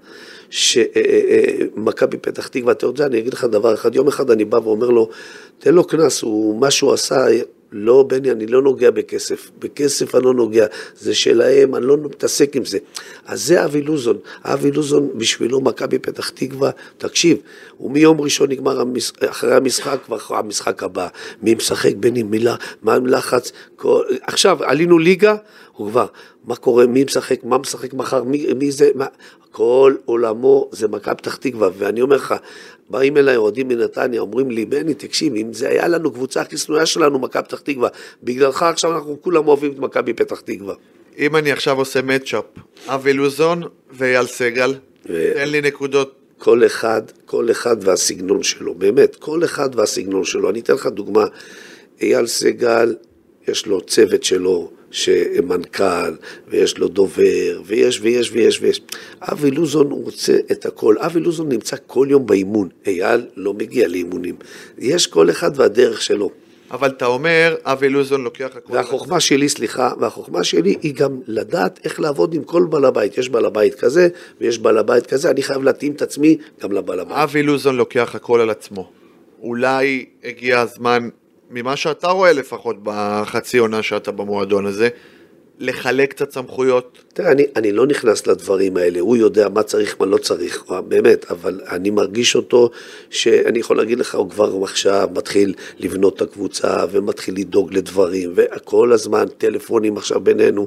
שמכבי פתח תקווה, אתה יודע, אני אגיד לך דבר אחד, יום אחד אני בא ואומר לו, תן לו כנס, הוא מה שהוא עשה, לא בני, אני לא נוגע בכסף, בכסף אני לא נוגע, זה שלהם, אני לא מתעסק עם זה. אז זה אבי לוזון, אבי לוזון בשבילו מכבי פתח תקווה, תקשיב, ומיום ראשון נגמר אחרי המשחק, כבר המשחק הבא, מי משחק בני, מילה, מה עם לחץ, כל... עכשיו עלינו ליגה, הוא כבר, מה קורה, מי משחק, מה משחק מחר, מי, מי זה, מה... כל עולמו זה מכבי פתח תקווה, ואני אומר לך, באים אליי אוהדים מנתניה, אומרים לי, בני, תקשיב, אם זה היה לנו קבוצה הכי שנויה שלנו, מכבי פתח תקווה, בגללך עכשיו אנחנו כולם אוהבים את מכבי פתח תקווה. אם אני עכשיו עושה מצ'אפ, אבי לוזון ואייל סגל, ו... תן לי נקודות. כל אחד, כל אחד והסגנון שלו, באמת, כל אחד והסגנון שלו. אני אתן לך דוגמה, אייל סגל, יש לו צוות שלו, שמנכ"ל, ויש לו דובר, ויש, ויש, ויש, ויש. אבי לוזון הוא רוצה את הכל. אבי לוזון נמצא כל יום באימון. אייל לא מגיע לאימונים. יש כל אחד והדרך שלו. אבל אתה אומר, אבי לוזון לוקח הכל. והחוכמה שלי, סליחה, והחוכמה שלי היא גם לדעת איך לעבוד עם כל בעל הבית. יש בעל הבית כזה, ויש בעל הבית כזה, אני חייב להתאים את עצמי גם לבעל הבית. אבי לוזון לוקח הכל על עצמו. אולי הגיע הזמן, ממה שאתה רואה לפחות בחצי עונה שאתה במועדון הזה, לחלק קצת סמכויות. תראה, אני, אני לא נכנס לדברים האלה, הוא יודע מה צריך, מה לא צריך, באמת, אבל אני מרגיש אותו, שאני יכול להגיד לך, הוא כבר עכשיו מתחיל לבנות את הקבוצה, ומתחיל לדאוג לדברים, וכל הזמן טלפונים עכשיו בינינו,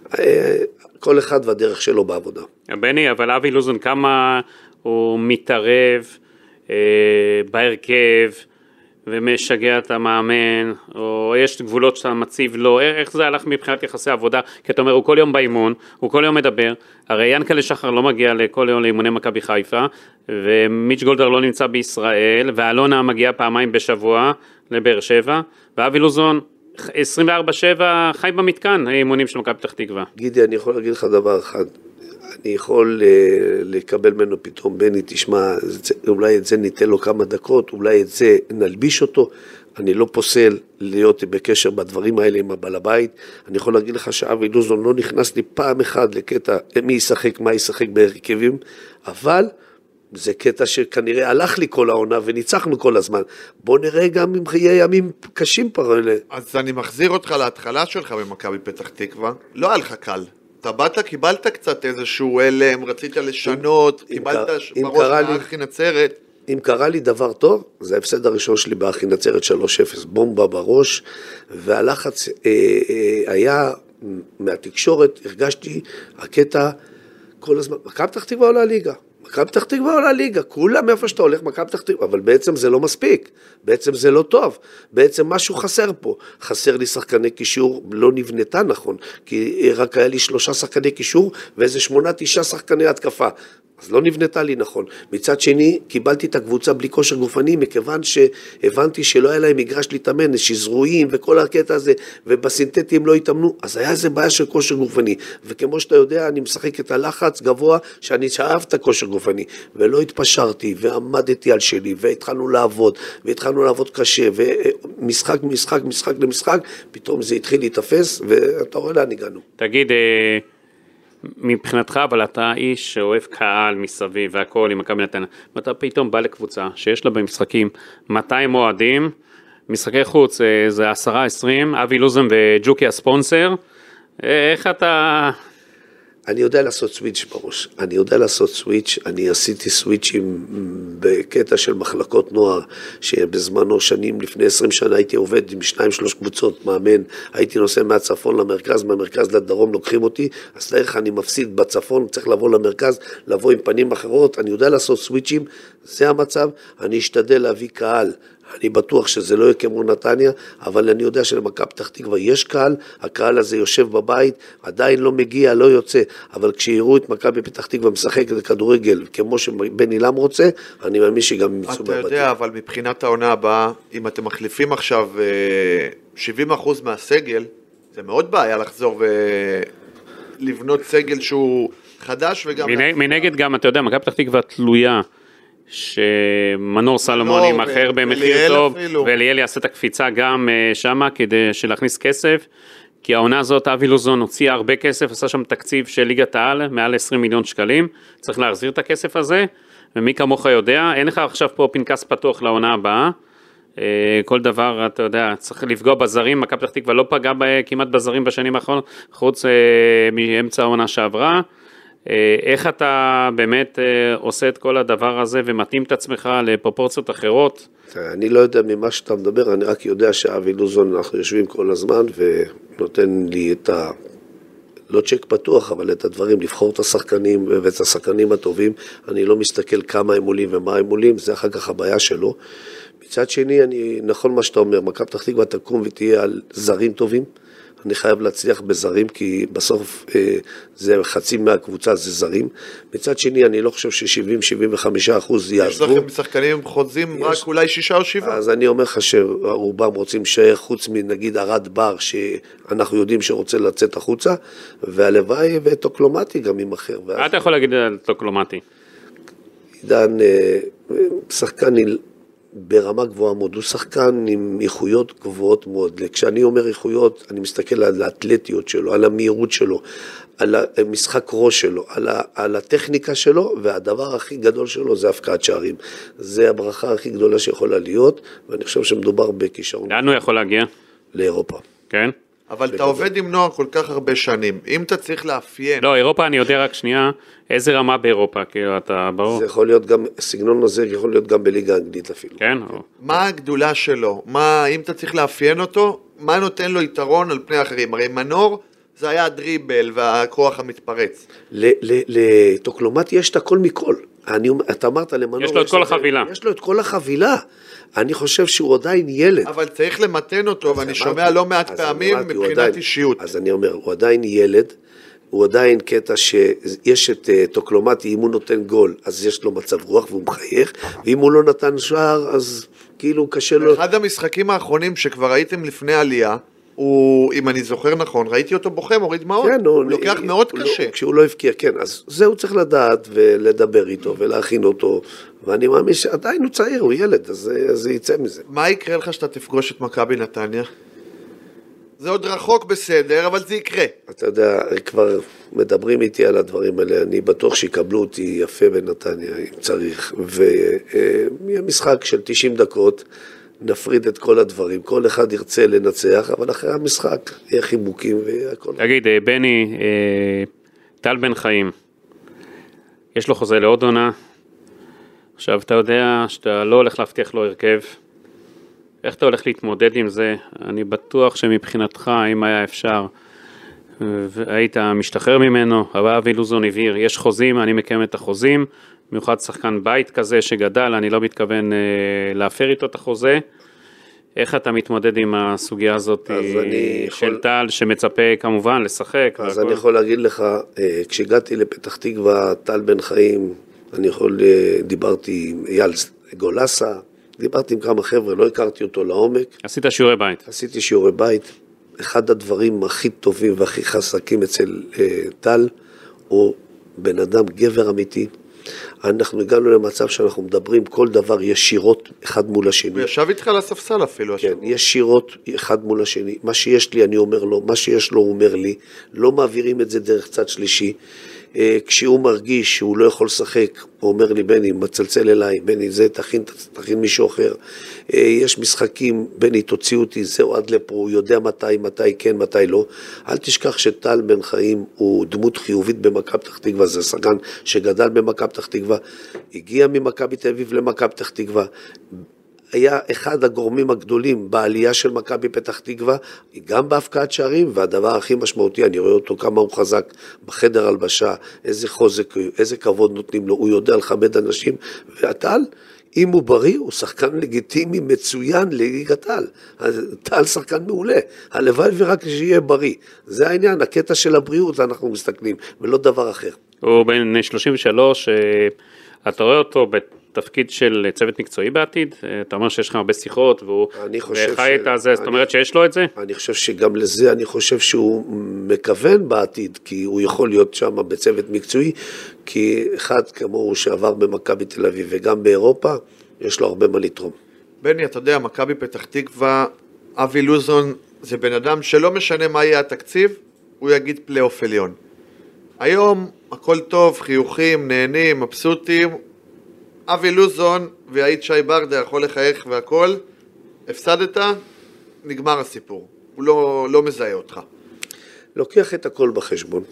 כל אחד והדרך שלו בעבודה. בני, אבל אבי לוזון, כמה הוא מתערב אה, בהרכב, ומשגע את המאמן, או יש גבולות שאתה מציב לו, איך זה הלך מבחינת יחסי עבודה, כי אתה אומר, הוא כל יום באימון, הוא כל יום מדבר, הרי ינקלה שחר לא מגיע לכל יום לאימוני מכבי חיפה, ומיץ' גולדהר לא נמצא בישראל, ואלונה מגיעה פעמיים בשבוע לבאר שבע, ואבי לוזון עשרים וארבע שבע חי במתקן, האימונים של מכבי פתח תקווה. גידי, אני יכול להגיד לך דבר אחד, אני יכול לקבל ממנו פתאום, בני, תשמע, אולי את זה ניתן לו כמה דקות, אולי את זה נלביש אותו, אני לא פוסל להיות בקשר בדברים האלה עם הבעל הבית, אני יכול להגיד לך שאבי לוזון לא נכנס לי פעם אחת לקטע, מי ישחק, מה ישחק בהרכבים, אבל זה קטע שכנראה הלך לי כל העונה וניצחנו כל הזמן, בוא נראה גם אם יהיה ימים קשים פרלה. אז אני מחזיר אותך להתחלה שלך במכבי פתח תקווה, לא היה לך קל. אתה באת, קיבלת קצת איזשהו אלם, רצית לשנות, קיבלת בראש באחי נצרת. אם קרה לי דבר טוב, זה ההפסד הראשון שלי באחי נצרת שלוש אפס, בומבה בראש, והלחץ אה, אה, היה מהתקשורת, הרגשתי הקטע כל הזמן, מכבי פתח תקווה עולה ליגה. מכבי פתח תקווה עולה ליגה, כולם איפה שאתה הולך מכבי פתח תקווה, אבל בעצם זה לא מספיק, בעצם זה לא טוב, בעצם משהו חסר פה, חסר לי שחקני קישור, לא נבנתה נכון, כי רק היה לי שלושה שחקני קישור, ואיזה שמונה, תשעה שחקני התקפה, אז לא נבנתה לי נכון. מצד שני, קיבלתי את הקבוצה בלי כושר גופני, מכיוון שהבנתי שלא היה להם מגרש להתאמן, שזרועים וכל הקטע הזה, ובסינתטיים לא התאמנו, אז היה איזה בעיה של כושר גופני, וכמו שאתה יודע, אני משחק את הלחץ גבוה, שאני שאהב את הכושר גופני, ולא התפשרתי, ועמדתי על שלי, והתחלנו לעבוד, והתחלנו לעבוד קשה, ומשחק, משחק, משחק למשחק, פתאום זה התחיל להתאפס, ואתה רואה לאן הגענו. תגיד, מבחינתך, אבל אתה איש שאוהב קהל מסביב והכל עם מכבי נתניה, ואתה פתאום בא לקבוצה שיש לה במשחקים מאתיים אוהדים, משחקי חוץ זה עשרה עשרים, אבי לוזון וג'וקי הספונסר, איך אתה... אני יודע לעשות סוויץ' בראש, אני יודע לעשות סוויץ', אני עשיתי סוויץ'ים בקטע של מחלקות נוער, שבזמנו שנים, לפני עשרים שנה הייתי עובד עם שניים שלוש קבוצות, מאמן, הייתי נוסע מהצפון למרכז, מהמרכז לדרום לוקחים אותי, אז דרך אני מפסיד בצפון, צריך לבוא למרכז, לבוא עם פנים אחרות, אני יודע לעשות סוויץ'ים, זה המצב, אני אשתדל להביא קהל, אני בטוח שזה לא יהיה כמו נתניה, אבל אני יודע שלמכבי פתח תקווה יש קהל, הקהל הזה יושב בבית, עדיין לא מגיע, לא יוצא, אבל כשיראו את מכבי פתח תקווה משחק לכדורגל, כמו שבן אילם רוצה, אני מאמין שגם ימצאו בבתים. אתה יודע, אבל מבחינת העונה הבאה, אם אתם מחליפים עכשיו שבעים אחוז מהסגל, זה מאוד בעיה לחזור ולבנות סגל שהוא חדש וגם... מנגד גם, אתה יודע, מכבי פתח תקווה תלויה, שמנור סלומון ימחר במחיר טוב, ואליאל יעשה את הקפיצה גם שמה כדי להכניס כסף, כי העונה הזאת אבי לוזון הוציא הרבה כסף, עשה שם תקציב של ליגת העל, מעל עשרים מיליון שקלים, צריך להחזיר את הכסף הזה, ומי כמוך יודע, אין לך עכשיו פה פנקס פתוח לעונה הבאה, כל דבר, אתה יודע, צריך לפגוע בזרים, מכבי פתח תקווה לא פגע כמעט בזרים בשנים האחרונות, חוץ מאמצע העונה שעברה, איך אתה באמת עושה את כל הדבר הזה ומתאים את עצמך לפרופורציות אחרות? אני לא יודע ממה שאתה מדבר, אני רק יודע שאבי לוזון, אנחנו יושבים כל הזמן ונותן לי את ה... לא צ'ק פתוח, אבל את הדברים, לבחור את השחקנים ואת השחקנים הטובים, אני לא מסתכל כמה הם עולים ומה הם עולים, זה אחר כך הבעיה שלו. מצד שני, אני, נכון מה שאתה אומר, מכבי פתח תקווה תקום ותהיה על זרים טובים, אני חייב להצליח בזרים, כי בסוף אה, זה חצי מהקבוצה, זה זרים. מצד שני, אני לא חושב ש-שבעים שבעים וחמישה אחוז יעזבו. יש לכם משחקנים חוזים יש... רק אולי שישה או שבעה. אז אני אומר לך שרובם רוצים להישאר חוץ מנגיד ארד בר, שאנחנו יודעים שרוצה לצאת החוצה, והלוואי וטוקלומטי גם עם אחר. מה אתה יכול להגיד על טוקלומטי? עידן, אה, שחקן... ברמה גבוהה מאוד, הוא שחקן עם איכויות גבוהות מאוד. כשאני אומר איכויות, אני מסתכל על האתלטיות שלו, על המהירות שלו, על המשחק ראש שלו, על, ה, על הטכניקה שלו, והדבר הכי גדול שלו זה הפקעת שערים. זה הברכה הכי גדולה שיכולה להיות, ואני חושב שמדובר בכישרון. לאן הוא יכול להגיע? לאירופה. כן? אבל אתה עובד עם נוער כל כך הרבה שנים, אם אתה צריך לאפיין... לא, אירופה, אני יודע רק שנייה, איזה רמה באירופה, כאילו אתה ברור? זה יכול להיות גם, סגנון הזה יכול להיות גם בליגה האנגלית אפילו. כן? מה הגדולה שלו? מה, אם אתה צריך לאפיין אותו, מה נותן לו יתרון על פני אחרים? הרי מנור זה היה הדריבל והכוח המתפרץ. לטוקלומט יש את הכל מכל. אתה אמרת למנור... יש לו את כל החבילה. יש לו את כל החבילה. אני חושב שהוא עדיין ילד. אבל צריך למתן אותו, ואני שומע לא מעט פעמים מבחינת אישיות. אז אני אומר, הוא עדיין ילד, הוא עדיין קטע שיש את טוקלומטי, אם הוא נותן גול, אז יש לו מצב רוח והוא מחייך, ואם הוא לא נתן שער, אז כאילו קשה לו... אחד המשחקים האחרונים שכבר הייתם לפני עלייה, הוא, אם אני זוכר נכון, ראיתי אותו בוכה, מוריד דמעות, כן, הוא הוא לוקח מאוד הוא קשה. לא, כשהוא לא הבקיע, כן, אז זה הוא צריך לדעת ולדבר איתו ולהכין אותו, ואני מאמין שעדיין הוא צעיר, הוא ילד, אז זה יצא מזה. מה יקרה לך שאתה תפגוש את מכבי נתניה? זה עוד רחוק בסדר, אבל זה יקרה. אתה יודע, כבר מדברים איתי על הדברים האלה, אני בטוח שיקבלו אותי יפה בנתניה, אם צריך, ויהיה משחק של תשעים דקות, נפריד את כל הדברים, כל אחד ירצה לנצח, אבל אחרי המשחק יהיה חיבוקים והכל. תגיד, בני, טל בן חיים, יש לו חוזה לעוד עונה, עכשיו אתה יודע שאתה לא הולך להבטיח לו הרכב, איך אתה הולך להתמודד עם זה? אני בטוח שמבחינתך, אם היה אפשר, והיית משתחרר ממנו, אבל אבי לוזון הבהיר, יש חוזים, אני מקיים את החוזים, במיוחד שחקן בית כזה שגדל, אני לא מתכוון אה, להפר איתו את החוזה. איך אתה מתמודד עם הסוגיה הזאת של יכול... טל, שמצפה כמובן לשחק? אז והכל... אני יכול להגיד לך, אה, כשהגעתי לפתח תקווה, טל בן חיים, אני יכול, אה, דיברתי עם אייל גולסה, דיברתי עם כמה חבר'ה, לא הכרתי אותו לעומק. עשית שיעורי בית? עשיתי שיעורי בית. אחד הדברים הכי טובים והכי חזקים אצל אה, טל, הוא בן אדם גבר אמיתי. אנחנו הגענו למצב שאנחנו מדברים כל דבר ישירות אחד מול השני. הוא ישב איתך לספסל אפילו. כן, ישירות אחד מול השני. מה שיש לי אני אומר לו, מה שיש לו הוא אומר לי, לא מעבירים את זה דרך צד שלישי. כשהוא מרגיש שהוא לא יכול לשחק, הוא אומר לי, בני, מצלצל אליי, בני, זה תכין, תכין מישהו אחר. יש משחקים, בני, תוציאו אותי, זהו עד לפה, הוא יודע מתי, מתי כן, מתי לא. אל תשכח שטל בן חיים הוא דמות חיובית במכבי פתח תקווה, זה שחקן שגדל במכבי פתח תקווה, הגיע ממכבי תל אביב למכבי פתח תקווה, היה אחד הגורמים הגדולים בעלייה של מכבי פתח תקווה, גם בהפקעת שערים, והדבר הכי משמעותי, אני רואה אותו כמה הוא חזק בחדר הלבשה, איזה חוזק, איזה כבוד נותנים לו, הוא יודע לכבד אנשים, והטל, אם הוא בריא, הוא שחקן לגיטימי מצוין לליגת העל. טל שחקן מעולה, הלוואי ורק שיהיה בריא. זה העניין, הקטע של הבריאות, אנחנו מסתכלים, ולא דבר אחר. הוא בן שלושים ושלוש, אתה רואה אותו בתפקיד של צוות מקצועי בעתיד? אתה אומר שיש לך הרבה שיחות, והוא חי את זה, זאת אומרת שיש לו את זה? אני חושב שגם לזה, אני חושב שהוא מכוון בעתיד, כי הוא יכול להיות שם בצוות מקצועי, כי אחד כמוהו שעבר במכבי תל אביב וגם באירופה, יש לו הרבה מה לתרום. בני, אתה יודע, מכבי פתח תקווה, אבי לוזון, זה בן אדם שלא משנה מה יהיה התקציב, הוא יגיד פלייאוף עליון. היום הכל טוב, חיוכים, נהנים, מבסוטים, אבי לוזון והעיד שי ברדה יכול לחייך והכל, הפסדת, נגמר הסיפור, הוא לא, לא מזהה אותך. לוקח את הכל בחשבון.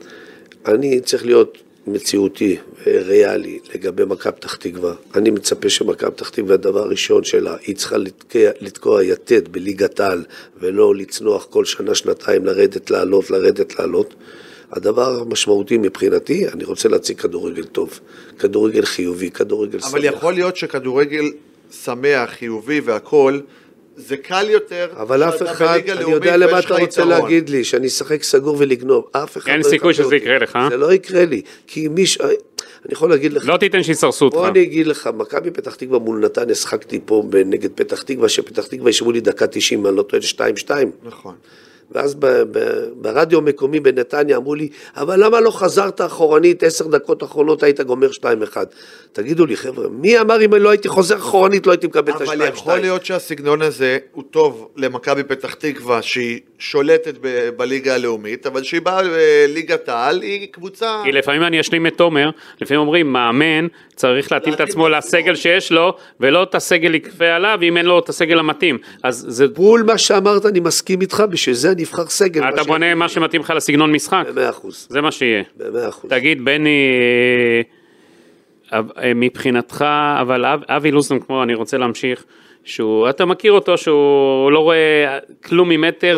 אני צריך להיות מציאותי ריאלי לגבי מכבי פתח תקווה. אני מצפה שמכבי פתח תקווה, הדבר הראשון שלה, היא צריכה לתקוע, לתקוע יתד בליגת העל, ולא לצנוח כל שנה, שנתיים, לרדת, לעלות, לרדת, לעלות. הדבר המשמעותי מבחינתי, אני רוצה להציג כדורגל טוב, כדורגל חיובי, כדורגל שמח. אבל יכול להיות שכדורגל שמח, חיובי והכל, זה קל יותר. אבל אף אחד, אני יודע למה אתה רוצה להגיד לי, שאני אשחק סגור ולגנוב, אף אחד לא יקבל אותי. אין סיכוי שזה יקרה לך. זה לא יקרה לי, כי מישהו, אני יכול להגיד לך. לא תיתן שיסרסו אותך. בוא אני אגיד לך, מכבי פתח תקווה מול נתניה, שחקתי פה נגד פתח תקווה, שפתח תקווה ישבו לי דקה תשעים, אני לא טועה שתיים שתיים. נכון. ואז ב- ב- ברדיו המקומי בנתניה אמרו לי, אבל למה לא חזרת אחורנית, עשר דקות אחרונות היית גומר שתיים אחד? תגידו לי חבר'ה, מי אמר אם לא הייתי חוזר אחורנית, לא הייתי מקבל את השתיים שתיים? אבל יכול להיות שהסגנון הזה הוא טוב למכבי פתח תקווה, שהיא שולטת ב- בליגה הלאומית, אבל שהיא באה בליגת העל, היא קבוצה... כי לפעמים אני אשלים את תומר, לפעמים אומרים, מאמן צריך להתאים את עצמו לסגל שיש לו, ולא את הסגל יקפה עליו, אם אין לו את הסגל המתאים. אז זה... בול מה שאמרת, אני מסכים איתך, בשביל זה אני אבחר סגל. אתה בונה מה שמתאים לך לסגנון משחק. במאה אחוז. זה מה שיהיה. במאה אחוז. תגיד, בני, מבחינתך, אבל אבי לוזון, כמו אני רוצה להמשיך, שהוא, אתה מכיר אותו שהוא לא רואה כלום ממטר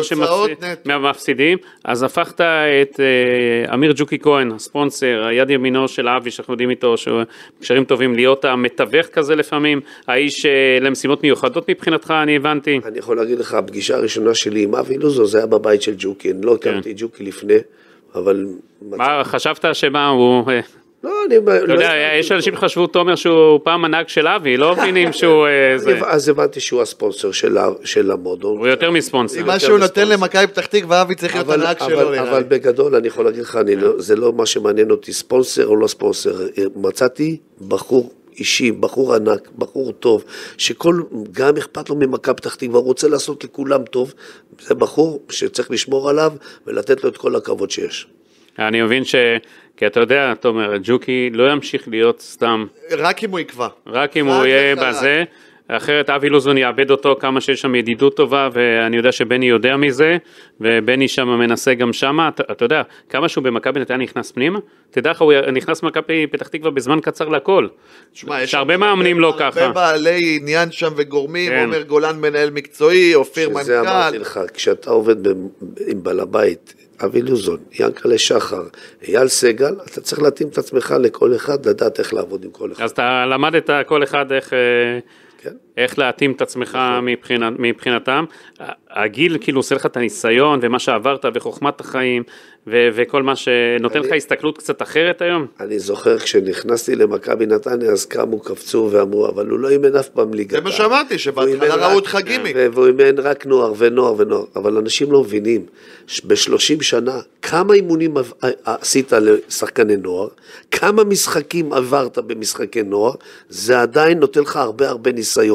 שמפסידים, אז הפכת את אמיר ג'וקי כהן, הספונסר, היד ימינו של אבי, שאנחנו יודעים איתו, שקשרים טובים, להיות המתווך כזה לפעמים, האיש למשימות מיוחדות מבחינתך, אני הבנתי. אני יכול להגיד לך, הפגישה הראשונה שלי עם אבי לוזון, זה היה בבית של ג'וקי, אני לא הכרתי את ג'וקי לפני, אבל... מה, חשבת שמה הוא... לא, אני... אתה יודע, יש אנשים שחשבו, תומר, שהוא פעם הנהג של אבי, לא מבינים שהוא... אז הבנתי שהוא הספונסר של המודו. הוא יותר מספונסר. מה שהוא נותן למכבי פתח תקווה, ואבי צריך להיות הנהג שלו. אבל בגדול, אני יכול להגיד לך, זה לא מה שמעניין אותי, ספונסר או לא ספונסר. מצאתי בחור אישי, בחור ענק, בחור טוב, שכל, גם אכפת לו ממכבי פתח תקווה, רוצה לעשות לכולם טוב, זה בחור שצריך לשמור עליו, ולתת לו את כל הכבוד שיש. אני מבין ש... כי אתה יודע, תומר, ג'וקי לא ימשיך להיות סתם. רק אם הוא יקבע. רק אם הוא יהיה בזה, אחרת אבי לוזון יאבד אותו כמה שיש שם ידידות טובה, ואני יודע שבני יודע מזה, ובני שם מנסה גם שם, אתה, אתה יודע, כמה שהוא במכבי נתניה נכנס פנימה, תדע לך, הוא נכנס במכבי פתח תקווה בזמן קצר לכל. שהרבה מאמנים לא ככה. הרבה בעלי עניין שם וגורמים, עומר גולן מנהל מקצועי, אופיר מנכ"ל. שזה אמרתי לך, כשאתה עובד עם בעל הבית, אבי לוזון, ינקלה שחר, אייל סגל, אתה צריך להתאים את עצמך לכל אחד, לדעת איך לעבוד עם כל אחד. אז אתה למדת כל אחד איך, כן. איך להתאים את עצמך מבחינת, מבחינתם. הגיל כאילו עושה לך את הניסיון ומה שעברת וחוכמת החיים ו- וכל מה שנותן אני, לך הסתכלות קצת אחרת היום. אני זוכר כשנכנסתי למכבי נתניה, אז קמו, קפצו ואמרו, אבל הוא לא אימן אף פעם ליגה. זה מה שאמרתי, שבהתחלה ראו אותך גימיק. והוא אימן רק נוער ונוער ונוער, אבל אנשים לא מבינים, ב-שלושים שנה, כמה אימונים עשית לשחקני נוער, כמה משחקים עברת במשחקי נוער, זה עדיין נותן לך הרבה הרבה ניסיון.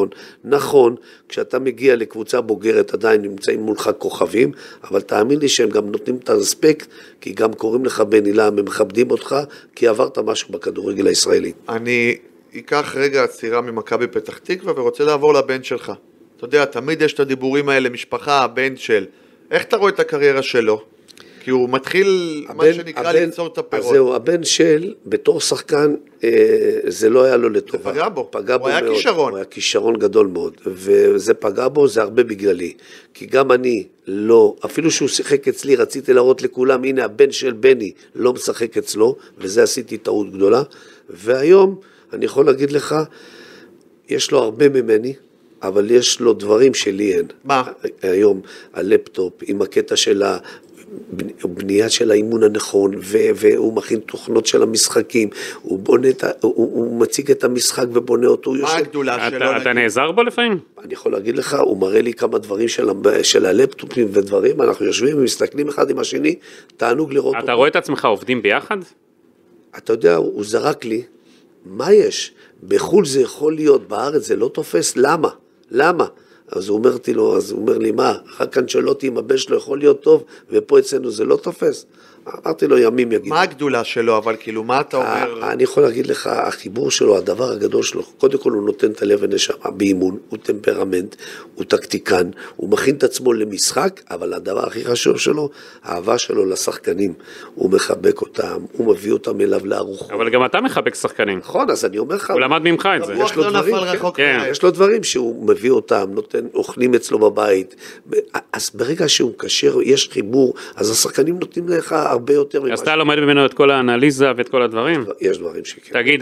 נכון, כשאתה מגיע לקבוצה בוגרת עדיין נמצאים מולך כוכבים, אבל תאמין לי שהם גם נותנים את הרספקט, כי גם קוראים לך בני לם, הם מכבדים אותך, כי עברת משהו בכדורגל הישראלי. אני אקח רגע עצירה ממכבי פתח תקווה ורוצה לעבור לבן שלך. אתה יודע, תמיד יש את הדיבורים האלה, משפחה, הבן של, איך אתה רואה את הקריירה שלו? כי הוא מתחיל, הבן, מה שנקרא, הבן, ליצור את הפירות. אז זהו, הבן של, בתור שחקן, אה, זה לא היה לו לטובה. זה פגע בו. פגע הוא בו היה מאוד, כישרון. הוא היה כישרון גדול מאוד, וזה פגע בו, זה הרבה בגללי. כי גם אני לא, אפילו שהוא שיחק אצלי, רציתי להראות לכולם, הנה הבן של בני לא משחק אצלו, וזה עשיתי טעות גדולה. והיום, אני יכול להגיד לך, יש לו הרבה ממני, אבל יש לו דברים שלי אין. מה? היום, הלפטופ, עם הקטע של ה... בנייה של האימון הנכון, והוא מכין תוכנות של המשחקים, הוא בונה את, הוא, הוא מציג את המשחק ובונה אותו. מה הגדולה שלו? אתה נעזר בו לפעמים? אני יכול להגיד לך, הוא מראה לי כמה דברים של הלפטופים ודברים, אנחנו יושבים ומסתכלים אחד עם השני, תענוג לראות אותו. אתה רואה את עצמך עובדים ביחד? אתה יודע, הוא זרק לי, מה יש? בחול זה יכול להיות, בארץ זה לא תופס, למה? למה? אז הוא אומרתי לו, אז הוא אומר לי, מה, רק אנצ'לוטי עם הבן שלו יכול להיות טוב, ופה אצלנו זה לא תופס. אמרתי לו, ימים יגיד. מה הגדולה שלו, אבל כאילו, מה אתה אומר? אני יכול להגיד לך, החיבור שלו, הדבר הגדול שלו, קודם כל הוא נותן את הלב ונשמה באימון, הוא טמפרמנט, הוא טקטיקן, הוא מכין את עצמו למשחק, אבל הדבר הכי חשוב שלו, האהבה שלו לשחקנים, הוא מחבק אותם, הוא מביא אותם אליו לארוחות. אבל גם אתה מחבק שחקנים. נכון, אז אני אומר לך, הוא למד ממך את זה. יש לו דברים, יש לו דברים שהוא מביא אותם, נותן, אוכלים אצלו בבית, אז ברגע שהוא קשר, יש חיבור, אז השחקנים נותנים לך הרבה יותר. אז אתה לומד ממנו את כל האנליזה ואת כל הדברים? יש דברים שכן. תגיד,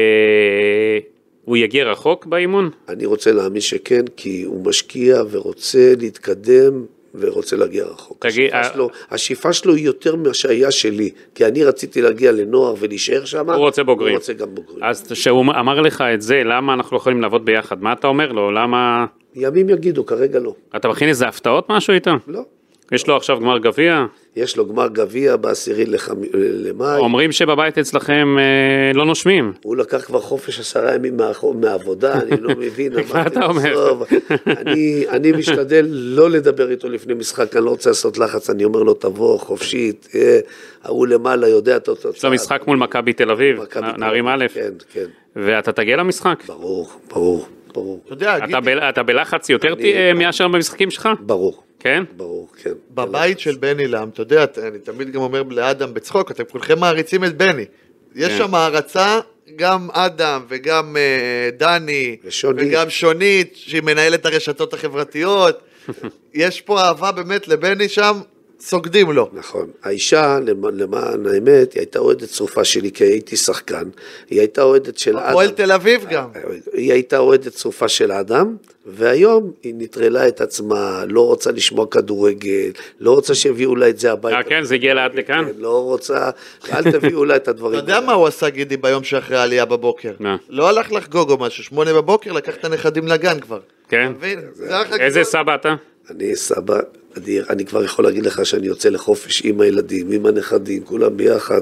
והוא יגיע רחוק באימון? אני רוצה להאמין שכן, כי הוא משקיע ורוצה להתקדם ורוצה להגיע רחוק. תגיד, השאיפה, שלו, השאיפה שלו היא יותר מה שהיה שלי, כי אני רציתי להגיע לנוער ולהישאר שם. הוא רוצה בוגרים. הוא רוצה גם בוגרים. אז כשהוא אמר לך את זה, למה אנחנו לא יכולים לעבוד ביחד? מה אתה אומר לו? למה... ימים יגידו, כרגע לא. אתה מכין איזה הפתעות משהו איתו? לא. יש לו עכשיו גמר גביע? יש לו גמר גביע בעשירי למאי. אומרים שבבית אצלכם אה, לא נושמים. הוא לקח כבר חופש עשרה ימים מהעבודה, אני לא מבין. מה אתה אומר? אני, אני משתדל לא לדבר איתו לפני משחק, אני לא רוצה לעשות לחץ, אני אומר לו תבוא חופשית, הוא למעלה יודע את אותו. יש לו משחק מול מכבי תל אביב, נערים א'. כן, כן. ואתה תגיע למשחק? ברור, ברור, ברור. אתה בלחץ יותר מאשר במשחקים שלך? ברור. כן? ברור, כן. בבית של בני לם, אתה יודע, אני תמיד גם אומר לאדם בצחוק, אתם כולכם מעריצים את בני. יש שם הערצה, גם אדם וגם דני, וגם שונית, שהיא מנהלת הרשתות החברתיות. יש פה אהבה באמת לבני שם, סוגדים לו. נכון. האישה, למען האמת, היא הייתה אוהדת צרופה שלי, כי הייתי שחקן. היא הייתה אוהדת של אדם. הפועל תל אביב גם. היא הייתה אוהדת צרופה של אדם, והיום היא נטרלה את עצמה, לא רוצה לשמוע כדורגל, לא רוצה שיביאו לה את זה הביתה. אה, כן, זה הגיע לעד לכאן? לא רוצה, אל תביאו לה את הדברים. אתה יודע מה הוא עשה, גידי, ביום שאחרי העלייה בבוקר? לא הלך לחגוג או משהו, שמונה בבוקר לקח את הנכדים לגן כבר. כן? איזה סבא אתה? אני סבא אדיר, אני כבר יכול להגיד לך שאני יוצא לחופש עם הילדים, עם הנכדים, כולם ביחד.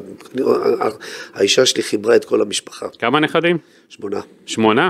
האישה שלי חיברה את כל המשפחה. כמה נכדים? שמונה. שמונה?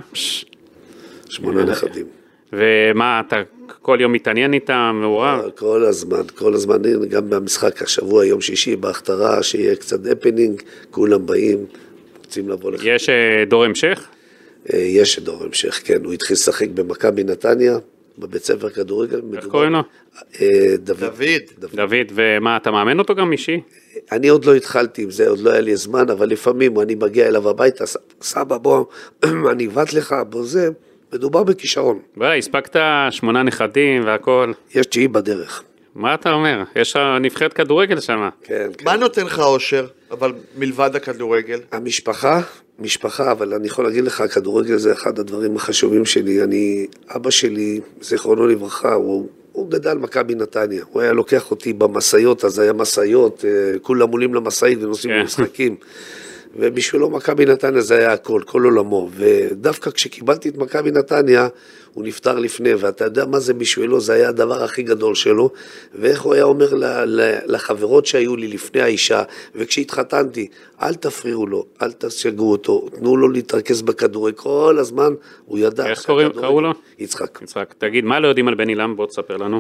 שמונה נכדים. ומה, אתה כל יום מתעניין איתם, מעורב? כל הזמן, כל הזמן, גם במשחק השבוע, יום שישי, בהכתרה, שיהיה קצת הפנינג, כולם באים, רוצים לבוא לך. יש דור המשך? יש דור המשך, כן. הוא התחיל לשחק במכבי נתניה, בבית ספר כדורגל. איך קוראים לו? דוד. דוד, ומה, אתה מאמן אותו גם אישי? אני עוד לא התחלתי עם זה, עוד לא היה לי זמן, אבל לפעמים אני מגיע אליו הביתה, סבא בוא, אני עבד לך, בוא זה, מדובר בכישרון. וואי, הספקת שמונה נכדים והכל. יש תשיעי בדרך. מה אתה אומר? יש נבחרת כדורגל שם. כן, כן. מה נותן לך אושר, אבל מלבד הכדורגל? המשפחה, משפחה, אבל אני יכול להגיד לך, הכדורגל זה אחד הדברים החשובים שלי. אני, אבא שלי, זיכרונו לברכה, הוא, הוא גדל מכבי נתניה. הוא היה לוקח אותי במסעיות, אז היה מסעיות, כולם עולים למסעית ונוסעים כן. במשחקים. ובשבילו מכבי נתניה זה היה הכל, כל עולמו, ודווקא כשקיבלתי את מכבי נתניה, הוא נפטר לפני, ואתה יודע מה זה בשבילו, זה היה הדבר הכי גדול שלו, ואיך הוא היה אומר לחברות שהיו לי לפני האישה, וכשהתחתנתי, אל תפריעו לו, אל תשגעו אותו, תנו לו להתרכז בכדורי, כל הזמן הוא ידע. איך קוראים, קראו לו? יצחק. יצחק, תגיד, מה לא יודעים על בן אילם? בוא תספר לנו.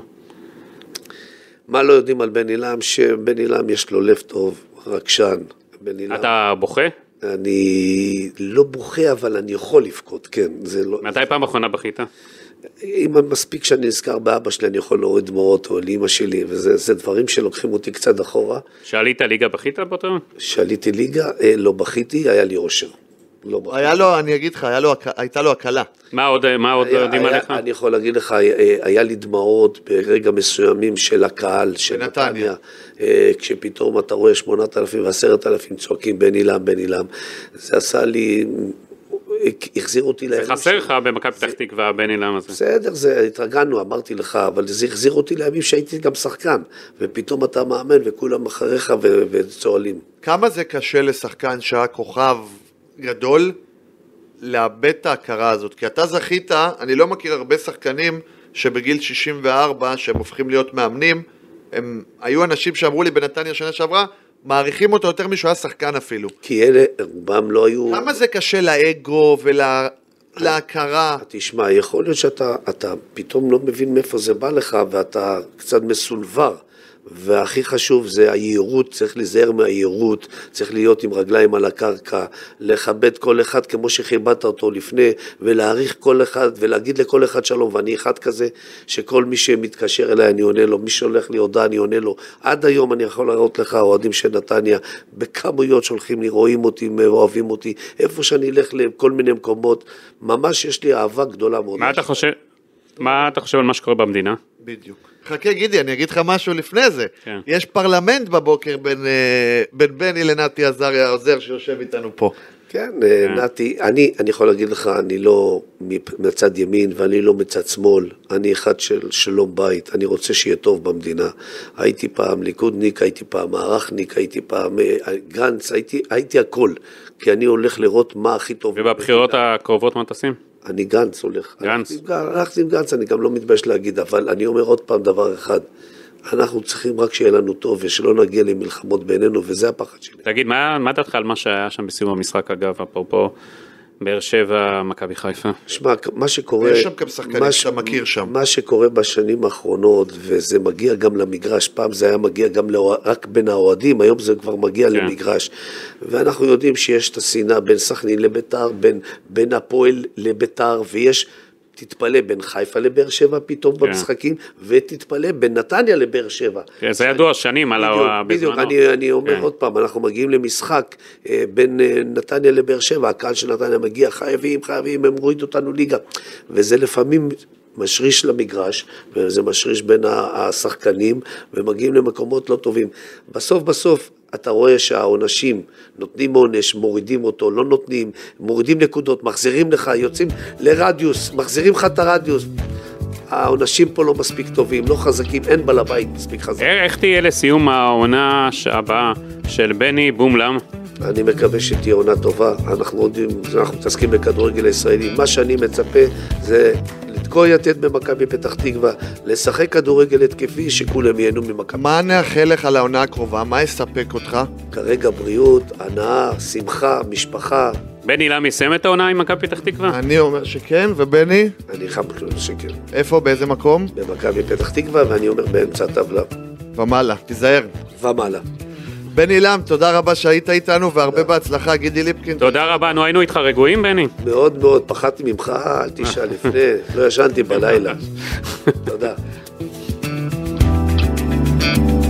מה לא יודעים על בן אילם? שבן אילם יש לו לב טוב, רגשן. אתה בוכה? אני לא בוכה, אבל אני יכול לבכות, כן. לא... מתי פעם אחרונה בכית? אם מספיק שאני נזכר באבא שלי, אני יכול להוריד דמעות, או לאמא שלי, וזה דברים שלוקחים אותי קצת אחורה. שעלית ליגה בכית באותו? שעליתי ליגה, לא בכיתי, היה לי אושר. לא היה לו, אני אגיד לך, הייתה לו הקלה. מה עוד, מה עוד יודעים עליך? אני יכול להגיד לך, היה לי דמעות ברגע מסוימים של הקהל, של נתניה, כשפתאום אתה רואה שמונת אלפים ועשרת אלפים צועקים בן אילם, בן אילם, זה עשה לי, החזיר אותי לימים. זה חסר לך במכבי פתח תקווה, בן אילם הזה. בסדר, זה התרגלנו, אמרתי לך, אבל זה החזיר אותי לימים שהייתי גם שחקן, ופתאום אתה מאמן וכולם אחריך וצועלים. כמה זה קשה לשחקן שהיה כוכב גדול לאבד את ההכרה הזאת? כי אתה זכית, אני לא מכיר הרבה שחקנים שבגיל שישים וארבע שהם הופכים להיות מאמנים, הם היו אנשים שאמרו לי בנתניה שנה שעברה, מעריכים אותו יותר משהו היה שחקן אפילו. כי אלה רובם לא היו... כמה זה קשה לאגו ולהכרה? תשמע, יכול להיות שאתה אתה פתאום לא מבין מאיפה זה בא לך ואתה קצת מסולבר. והכי חשוב זה היהירות, צריך להיזהר מהיהירות, צריך להיות עם רגליים על הקרקע, לכבד כל אחד כמו שכיבדת אותו לפני, ולהעריך כל אחד, ולהגיד לכל אחד שלום, ואני אחד כזה, שכל מי שמתקשר אליי אני עונה לו, מי שהולך לי הודעה אני עונה לו, עד היום אני יכול להראות לך, אוהדים של נתניה, בכמויות שהולכים לי, רואים אותי, אוהבים אותי, איפה שאני אלך לכל מיני מקומות, ממש יש לי אהבה גדולה מאוד. מה אתה חושב, מה אתה חושב על מה שקורה במדינה? בדיוק. חכה גידי, אני אגיד לך משהו לפני זה. כן. יש פרלמנט בבוקר בין, בין בני לנתי עזריה העוזר שיושב איתנו פה. כן, כן. נתי, אני, אני יכול להגיד לך, אני לא מצד ימין ואני לא מצד שמאל, אני אחד של שלום בית, אני רוצה שיהיה טוב במדינה. הייתי פעם ליכודניק, הייתי פעם מערכניק, הייתי פעם גנץ, הייתי, הייתי הכל, כי אני הולך לראות מה הכי טוב. ובבחירות הקרובות מה תשים? אני גנץ הולך. גנץ. הלכתי עם גנץ, אני גם לא מתבייש להגיד, אבל אני אומר עוד פעם דבר אחד, אנחנו צריכים רק שיהיה לנו טוב, ושלא נגיע למלחמות בינינו, וזה הפחד שלי. תגיד, מה, מה דעתך על מה שהיה שם בסיום המשחק, אגב, אפרופו, באר שבע, מכבי חיפה? שמע, מה שקורה... יש שם גם שחקנים שאתה מכיר שם. מה שקורה בשנים האחרונות, וזה מגיע גם למגרש, פעם זה היה מגיע גם לא, רק בין האוהדים, היום זה כבר מגיע כן. למגרש. ואנחנו יודעים שיש את השנאה בין סכנין לביתר, בין, בין הפועל לביתר, ויש... תתפלא בין חיפה לבאר שבע פתאום כן. במשחקים, ותתפלא בין נתניה לבאר שבע. כן, זה ידוע שנים על בזמנו. בדיוק, אני, אני אומר כן. עוד פעם, אנחנו מגיעים למשחק אה, בין אה, נתניה לבאר שבע, הקהל של נתניה מגיע, חייבים, חייבים, הם רואים אותנו ליגה, וזה לפעמים משריש למגרש, וזה משריש בין השחקנים, ומגיעים למקומות לא טובים. בסוף בסוף, אתה רואה שהעונשים נותנים עונש, מורידים אותו, לא נותנים, מורידים נקודות, מחזירים לך, יוצאים לרדיוס, מחזירים לך את הרדיוס. העונשים פה לא מספיק טובים, לא חזקים, אין בעל הבית מספיק חזק. איך תהיה לסיום העונה הבאה של בני בומלם? אני מקווה שתהיה עונה טובה, אנחנו יודעים, אנחנו מתעסקים בכדורגל הישראלי, מה שאני מצפה זה לתקוע יתד במכבי פתח תקווה, לשחק כדורגל התקפי שכולם ייהנו ממכבי. מה נאחל לך לעונה הקרובה? מה יספק אותך? כרגע בריאות, הנאה, שמחה, משפחה. בני למה יסיים את העונה עם מכבי פתח תקווה? אני אומר שכן, ובני? אני חייב שכן. איפה? באיזה מקום? במכבי פתח תקווה, ואני אומר באמצע הטבלה. ומעלה, תיזהר. ומעלה. בני אילם, תודה רבה שהיית איתנו, והרבה בהצלחה, גידי ליפקין. תודה רבה, נו היינו איתך רגועים, בני? מאוד מאוד, פחדתי ממך, אל תשאל לפני, לא ישנתי בלילה. תודה.